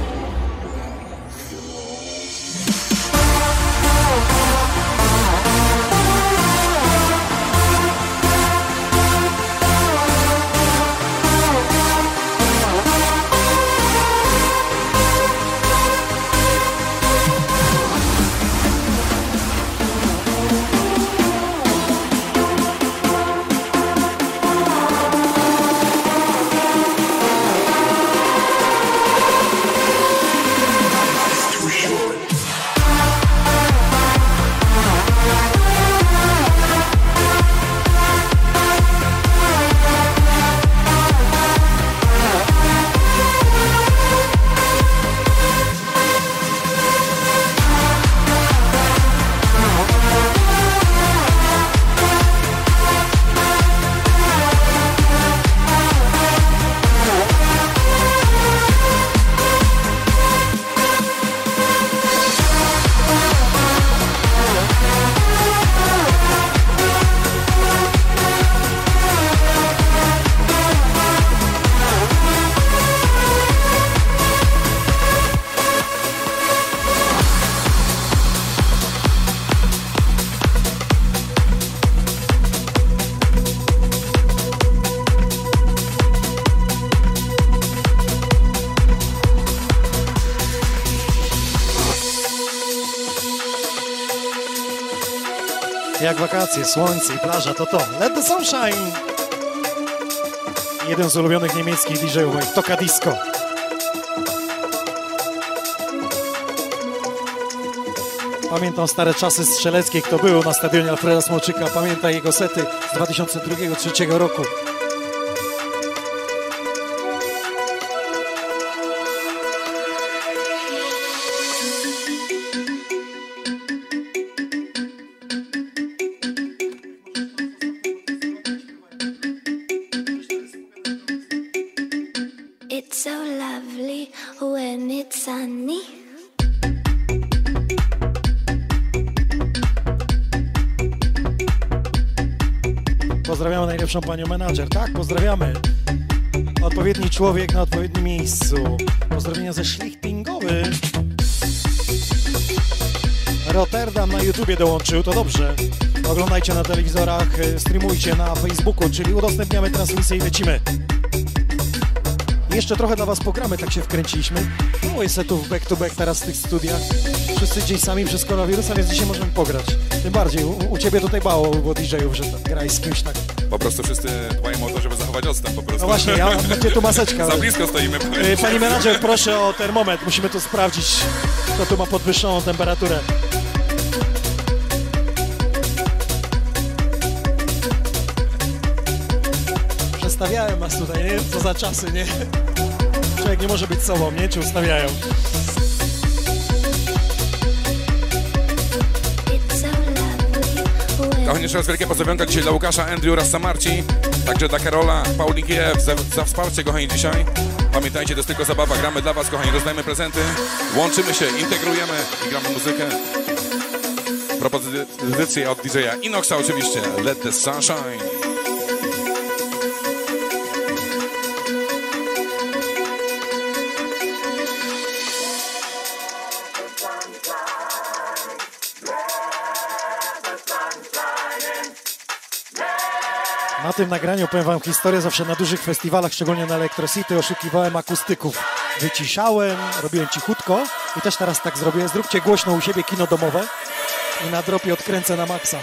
Jak wakacje, słońce i plaża, to to. Let the sunshine! Jeden z ulubionych niemieckich D J-ów, moich Toka Disco. Pamiętam stare czasy strzeleckie, kto był na stadionie Alfreda Smoczyka. Pamięta jego sety z dwa tysiące drugiego do dwa tysiące trzeciego roku. It's so lovely when it's sunny. Pozdrawiamy najlepszą panią menadżer. Tak, pozdrawiamy. Odpowiedni człowiek na odpowiednim miejscu. Pozdrowienia ze Schlichtingowy. Rotterdam na YouTubie dołączył, to dobrze. Oglądajcie na telewizorach, streamujcie na Facebooku, czyli udostępniamy transmisję i lecimy. Jeszcze trochę dla was pogramy, tak się wkręciliśmy. Mało jest setów back to back teraz w tych studiach. Wszyscy gdzieś sami przez koronawirusa, więc dzisiaj możemy pograć. Tym bardziej, u, u ciebie tutaj mało było D J-ów, że tak graj z kimś tak. Po prostu wszyscy dbają o to, żeby zachować odstęp po prostu. No właśnie, ja macie tu maseczka. Za blisko stoimy. Yy, Pani menadżer, proszę o termometr. Musimy tu sprawdzić, kto tu ma podwyższoną temperaturę. Przestawiałem was tutaj, nie? Co za czasy, nie? Człowiek nie może być sobą, nie? Czy ustawiają? Kochani, jeszcze raz wielkie pozdrowionka dzisiaj dla Łukasza, Andrew, Rasta Marci, także dla Karola, Pauliki F za, za wsparcie, kochani, dzisiaj. Pamiętajcie, to jest tylko zabawa, gramy dla was, kochani, rozdajemy prezenty, łączymy się, integrujemy i gramy muzykę. Propozycje od D J-a Inoxa oczywiście, Let the Sunshine. Na tym nagraniu powiem wam historię, zawsze na dużych festiwalach, szczególnie na Electro City, oszukiwałem akustyków. Wyciszałem, robiłem cichutko i też teraz tak zrobię. Zróbcie głośno u siebie kino domowe i na dropie odkręcę na maksa.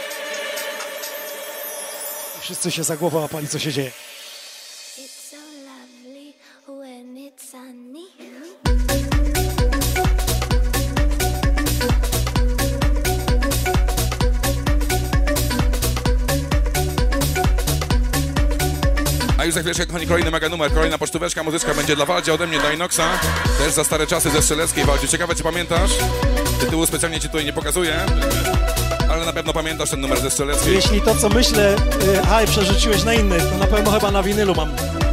I wszyscy się za głową łapali, co się dzieje. It's so lovely when it's sunny. A już za chwileczkę, kochani, kolejny mega numer, kolejna pocztóweczka, muzyczka będzie dla Waldzia ode mnie, dla Inoxa, też za stare czasy ze Strzeleckiej. Waldziu, ciekawe, czy pamiętasz? Tytułu specjalnie ci tutaj nie pokazuję, ale na pewno pamiętasz ten numer ze Strzeleckiej. Jeśli to, co myślę, yy, a i przerzuciłeś na inny, to na pewno chyba na winylu mam.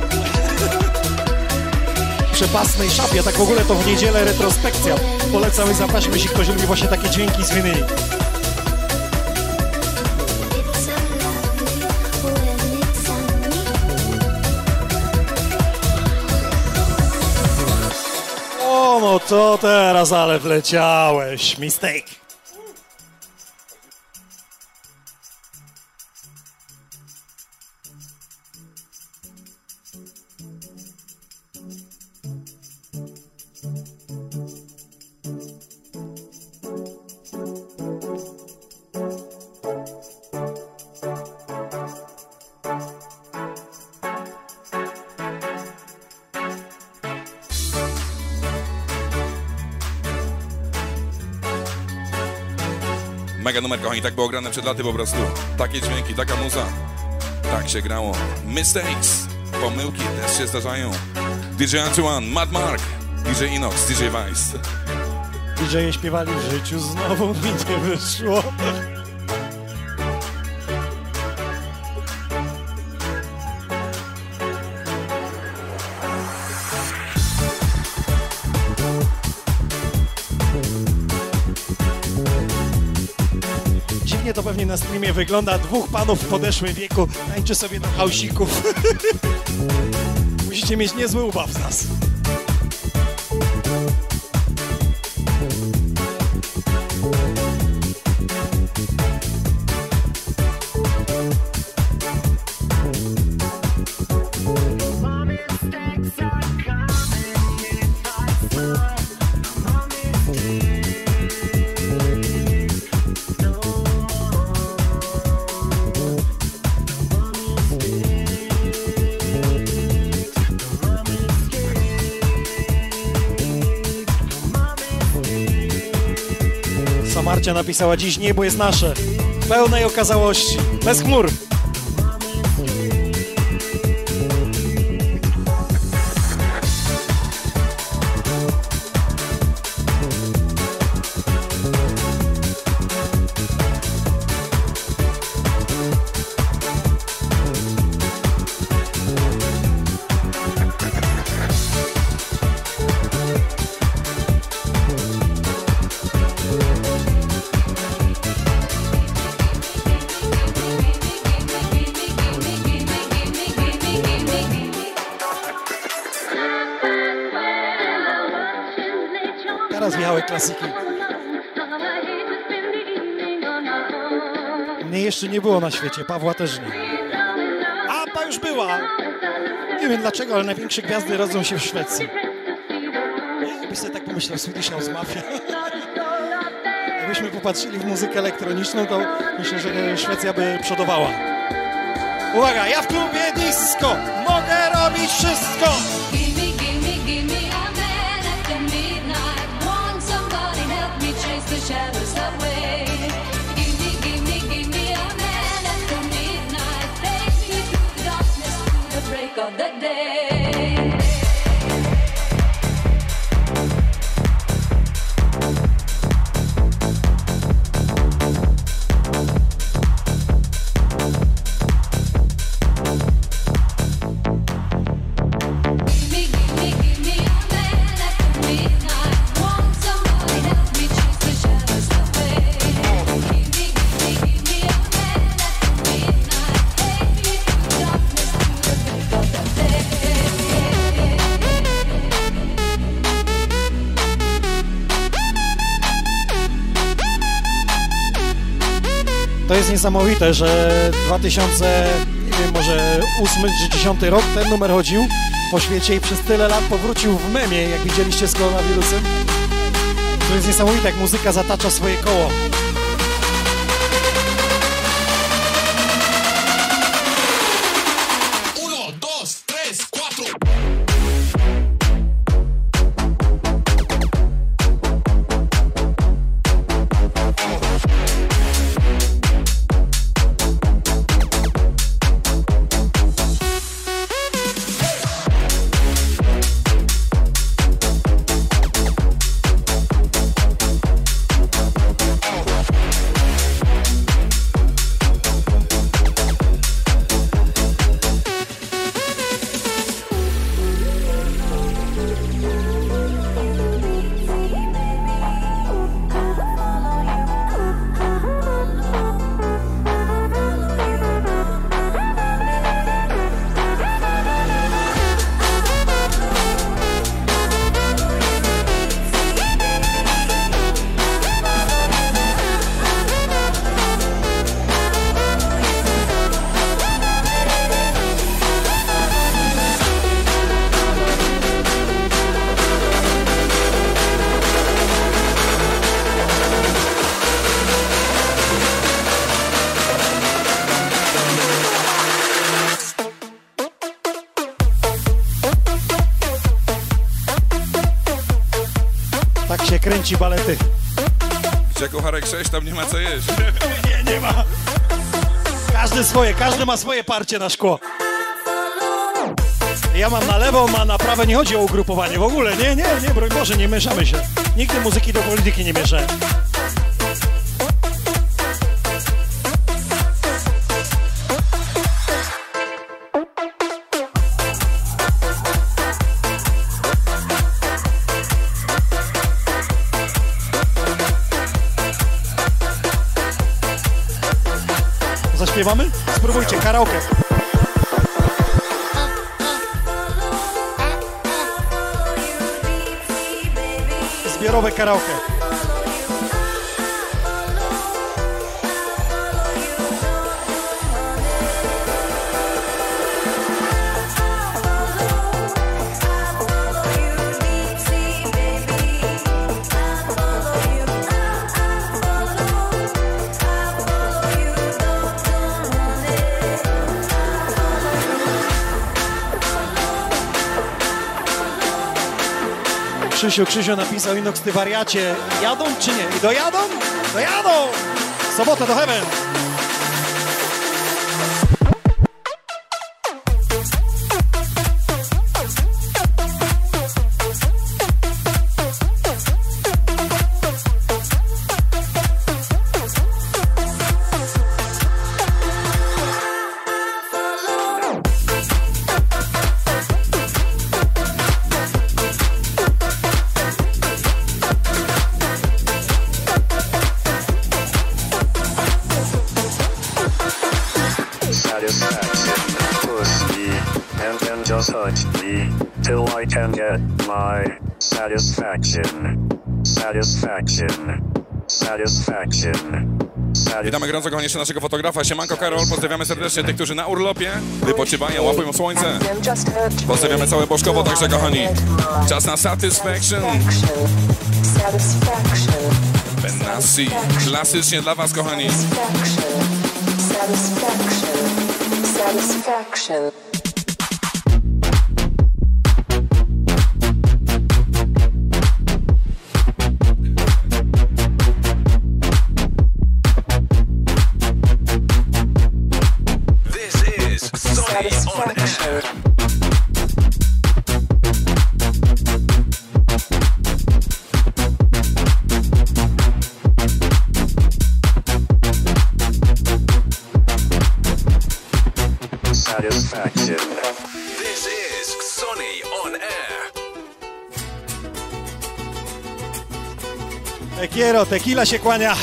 W przepasnej szapie, tak w ogóle to w niedzielę retrospekcja. Polecam i zapraszam, jeśli ktoś lubi właśnie takie dźwięki z winyli. O, no to teraz ale wleciałeś. Mistake. Mega numer, kochani, tak było grane przed laty po prostu. Takie dźwięki, taka muza. Tak się grało. Mistakes, pomyłki też się zdarzają. D J Antoine, Mad Mark, D J Inox, D J Vice. D J-e śpiewali w życiu, znowu mi nie wyszło. To pewnie na streamie wygląda. Dwóch panów w podeszłym wieku tańczy sobie do hausików. Musicie mieć niezły ubaw z nas. Marcia napisała: dziś niebo jest nasze, w pełnej okazałości, bez chmur. Klasyki. Mnie jeszcze nie było na świecie, Pawła też nie. A, pa już była! Nie wiem dlaczego, ale największe gwiazdy rodzą się w Szwecji. Jakbyś sobie tak pomyślał, Swedish House Mafia. Jakbyśmy popatrzyli w muzykę elektroniczną, to myślę, że Szwecja by przodowała. Uwaga, ja w klubie disco mogę robić wszystko! To jest niesamowite, że dwa tysiące, nie wiem, może ósmy czy dziesiąty rok ten numer chodził po świecie i przez tyle lat powrócił w memie, jak widzieliście z koronawirusem. To jest niesamowite, jak muzyka zatacza swoje koło. Kręci balety. Gdzie kucharek sześć, tam nie ma co jeść. Nie, nie ma. Każdy swoje, każdy ma swoje parcie na szkło. Ja mam na lewo, ma na prawe, nie chodzi o ugrupowanie w ogóle. Nie, nie, nie, broń Boże, nie mieszamy się. Nigdy muzyki do polityki nie mieszałem. Zaśpiewamy? Spróbujcie, karaoke. Zbiorowe karaoke. Krzysiu, Krzysiu napisał Inox, ty wariacie, jadą czy nie? I dojadą? Dojadą! W sobotę do Heaven! Till I can get my satisfaction, satisfaction, satisfaction, Witamy gorąco kochani jeszcze naszego fotografa. Siemanko Karol, pozdrawiamy serdecznie tych, którzy na urlopie wypoczywają, łapują słońce. Pozdrawiamy całe Bożkowo także kochani. Czas na Satisfaction. Benassi. Klasycznie dla was kochani. Satisfaction. Satisfaction. This is Sonny on air. Tequiero, tequila się kłania.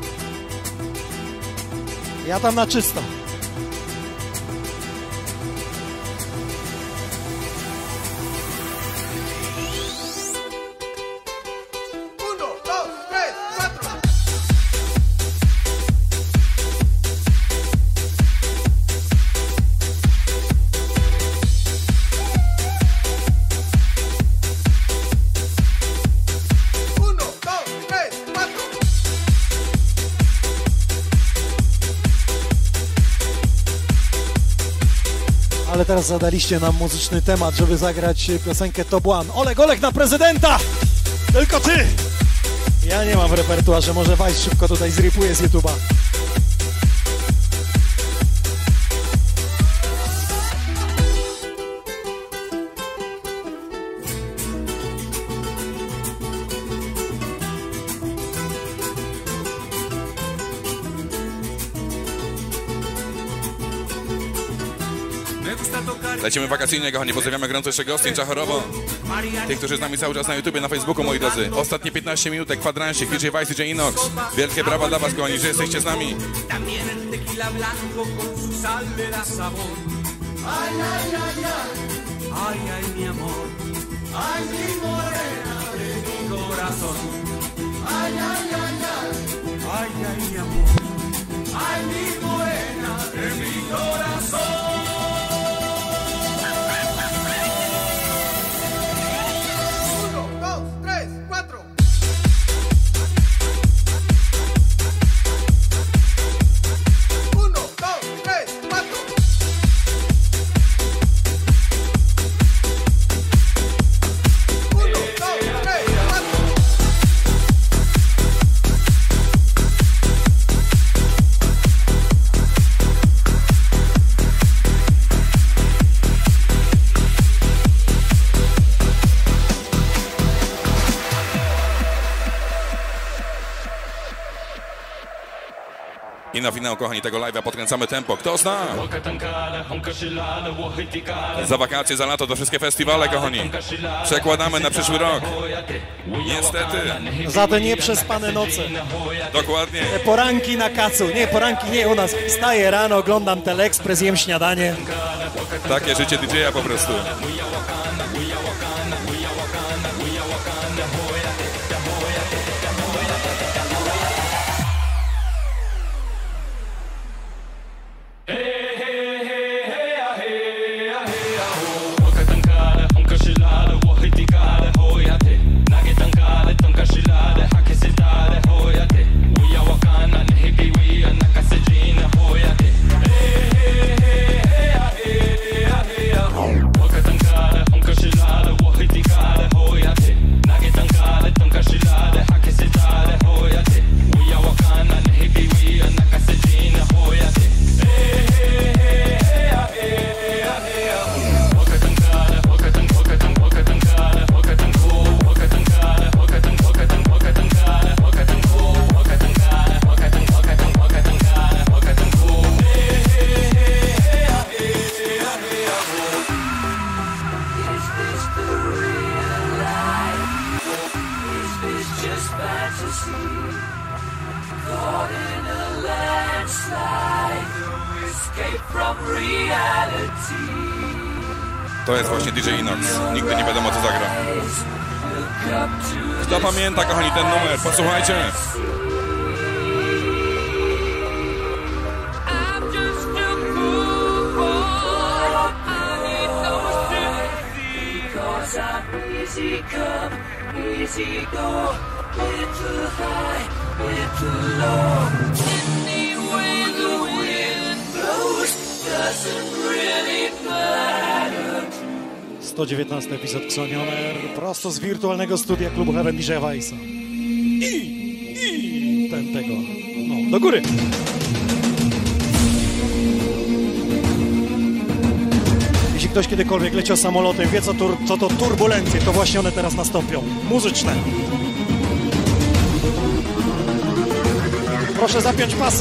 Ja tam na czysto. Ale teraz zadaliście nam muzyczny temat, żeby zagrać piosenkę Top One. Olek, Olek na prezydenta! Tylko ty! Ja nie mam w repertuarze, może Wajs szybko tutaj zripuje z YouTube'a. Lecimy wakacyjnie, kochani, pozdrawiamy gorąco jeszcze gości, Czachorowo. Tych, którzy z nami cały czas na YouTubie, na Facebooku, moi drodzy. Ostatnie piętnaście minutek, kwadransik, D J Vice, D J Inox. Wielkie brawa dla was, kochani, że jesteście z nami. I na finał, kochani, tego live'a podkręcamy tempo. Kto zna? Za wakacje, za lato, to wszystkie festiwale, kochani. Przekładamy na przyszły rok. Niestety. Za te nieprzespane noce. Dokładnie. Te poranki na kacu. Nie, poranki nie u nas. Wstaję rano, oglądam Teleekspres, jem śniadanie. Takie życie D J a po prostu. To jest właśnie D J Inox. Nigdy nie wiadomo, co zagra. Kto pamięta, kochani, ten numer? Posłuchajcie. Easy come, easy go, little high, little low. Anyway the wind blows, doesn't really matter. sto dziewiętnasty epizod Xoni On Air, prosto z wirtualnego studia klubu Heaven D J Vice'a. I, i ten tego, no, do góry. Jeśli ktoś kiedykolwiek leciał samolotem, wie co, tur, co to turbulencje, to właśnie one teraz nastąpią. Muzyczne. Proszę zapiąć pasy.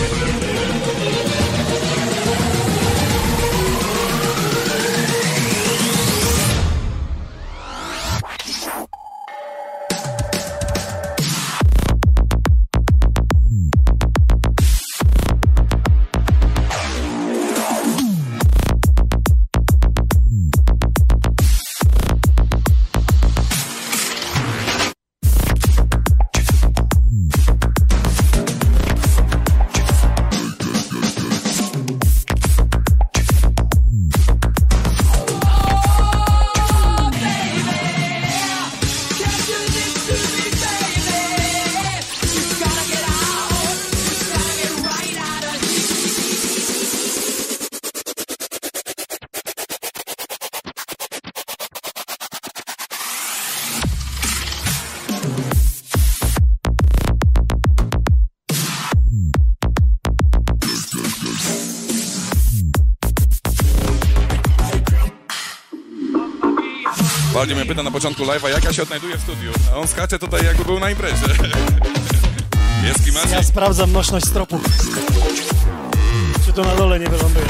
Waldzie mnie pyta na początku live'a, jak ja się odnajduję w studiu. A on skacze tutaj, jakby był na imprezie. Jest klimacie? Ja sprawdzam nośność stropów. Czy to na dole nie wyląduje?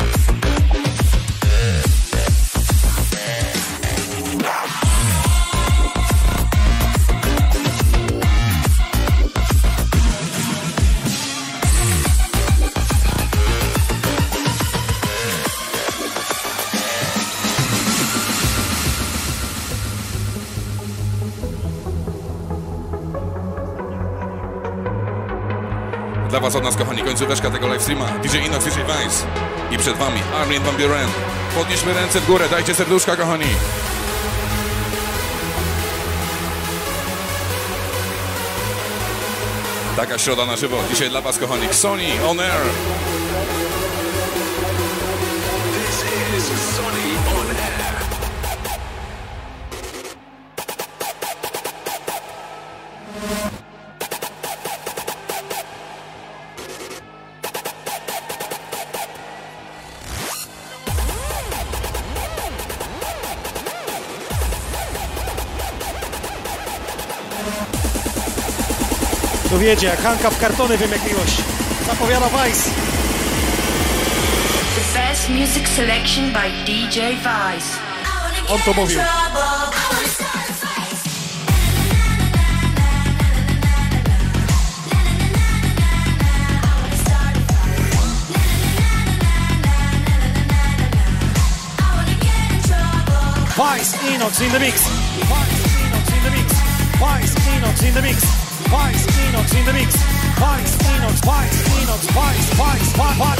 Dla was od nas, kochani, końcóweczka tego livestreama. D J Inox, D J Vice i przed wami Armin van Buren. Podnieśmy ręce w górę, dajcie serduszka, kochani. Taka środa na żywo. Dzisiaj dla was, kochani, Xoni On Air. This is Xoni On Air. Tu wiedzie, jak Hanka w kartony wymiekliłość. Zapowiada Vice. The best music selection by D J Vice. On to mówił. Vice, Inox in the mix. Vice, Inox in the mix. Vice, Inox in the mix. Vice, Inox in the mix. Vice, Inox, Vice, Inox, Vice, Vice,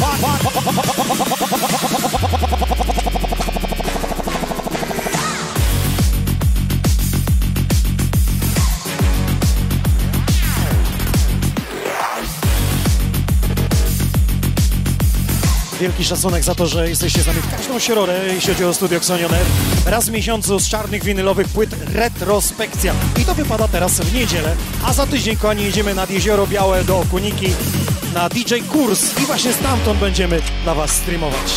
Wielki szacunek za to, że jesteście z nami w każdą środę, jeśli chodzi o studio Xoni On Air. Raz w miesiącu z czarnych winylowych płyt retrospekcja. I to wypada teraz w niedzielę. A za tydzień, kochani, jedziemy nad Jezioro Białe do Kuniki na D J Kurs. I właśnie stamtąd będziemy dla was streamować.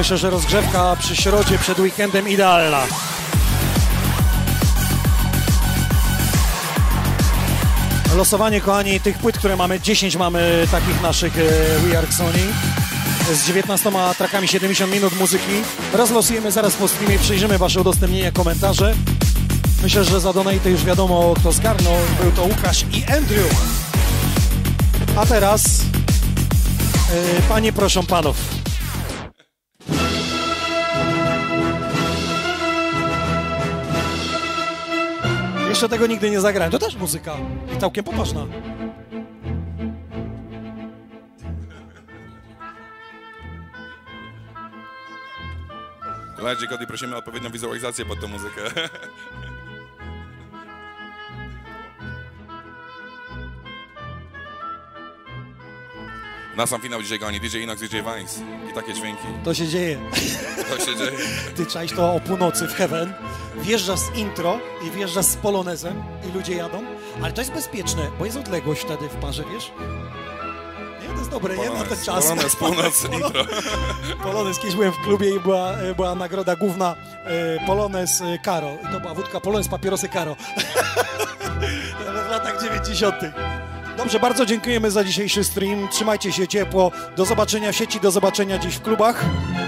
Myślę, że rozgrzewka przy środzie przed weekendem idealna. Losowanie, kochani, tych płyt, które mamy, dziesięć mamy takich naszych e, We Are Sony z dziewiętnastoma trackami, siedemdziesiąt minut muzyki. Rozlosujemy zaraz po streamie, przyjrzymy wasze udostępnienia, komentarze. Myślę, że za donate już wiadomo, kto zgarnął. Był to Łukasz i Andrew. A teraz e, panie proszą panów. Jeszcze tego nigdy nie zagrałem. To też muzyka. I całkiem poważna. Koledzy, Cody, prosimy o odpowiednią wizualizację pod tę muzykę. Na sam finał dzisiaj goni D J Inox, D J Vice i takie dźwięki. To się dzieje. To się dzieje. Ty czaisz to o północy w Heaven, wjeżdżasz z intro i wjeżdżasz z polonezem i ludzie jadą, ale to jest bezpieczne, bo jest odległość wtedy w parze, wiesz? Nie, to jest dobre, Polonez, nie? Na ten czas. Polonez, północ, intro. Polonez, kiedyś byłem w klubie i była, była nagroda główna e, Polonez e, Karo. I to była wódka Polonez, papierosy Karo. W latach dziewięćdziesiątych. Dobrze, bardzo dziękujemy za dzisiejszy stream. Trzymajcie się ciepło. Do zobaczenia w sieci, do zobaczenia dziś w klubach.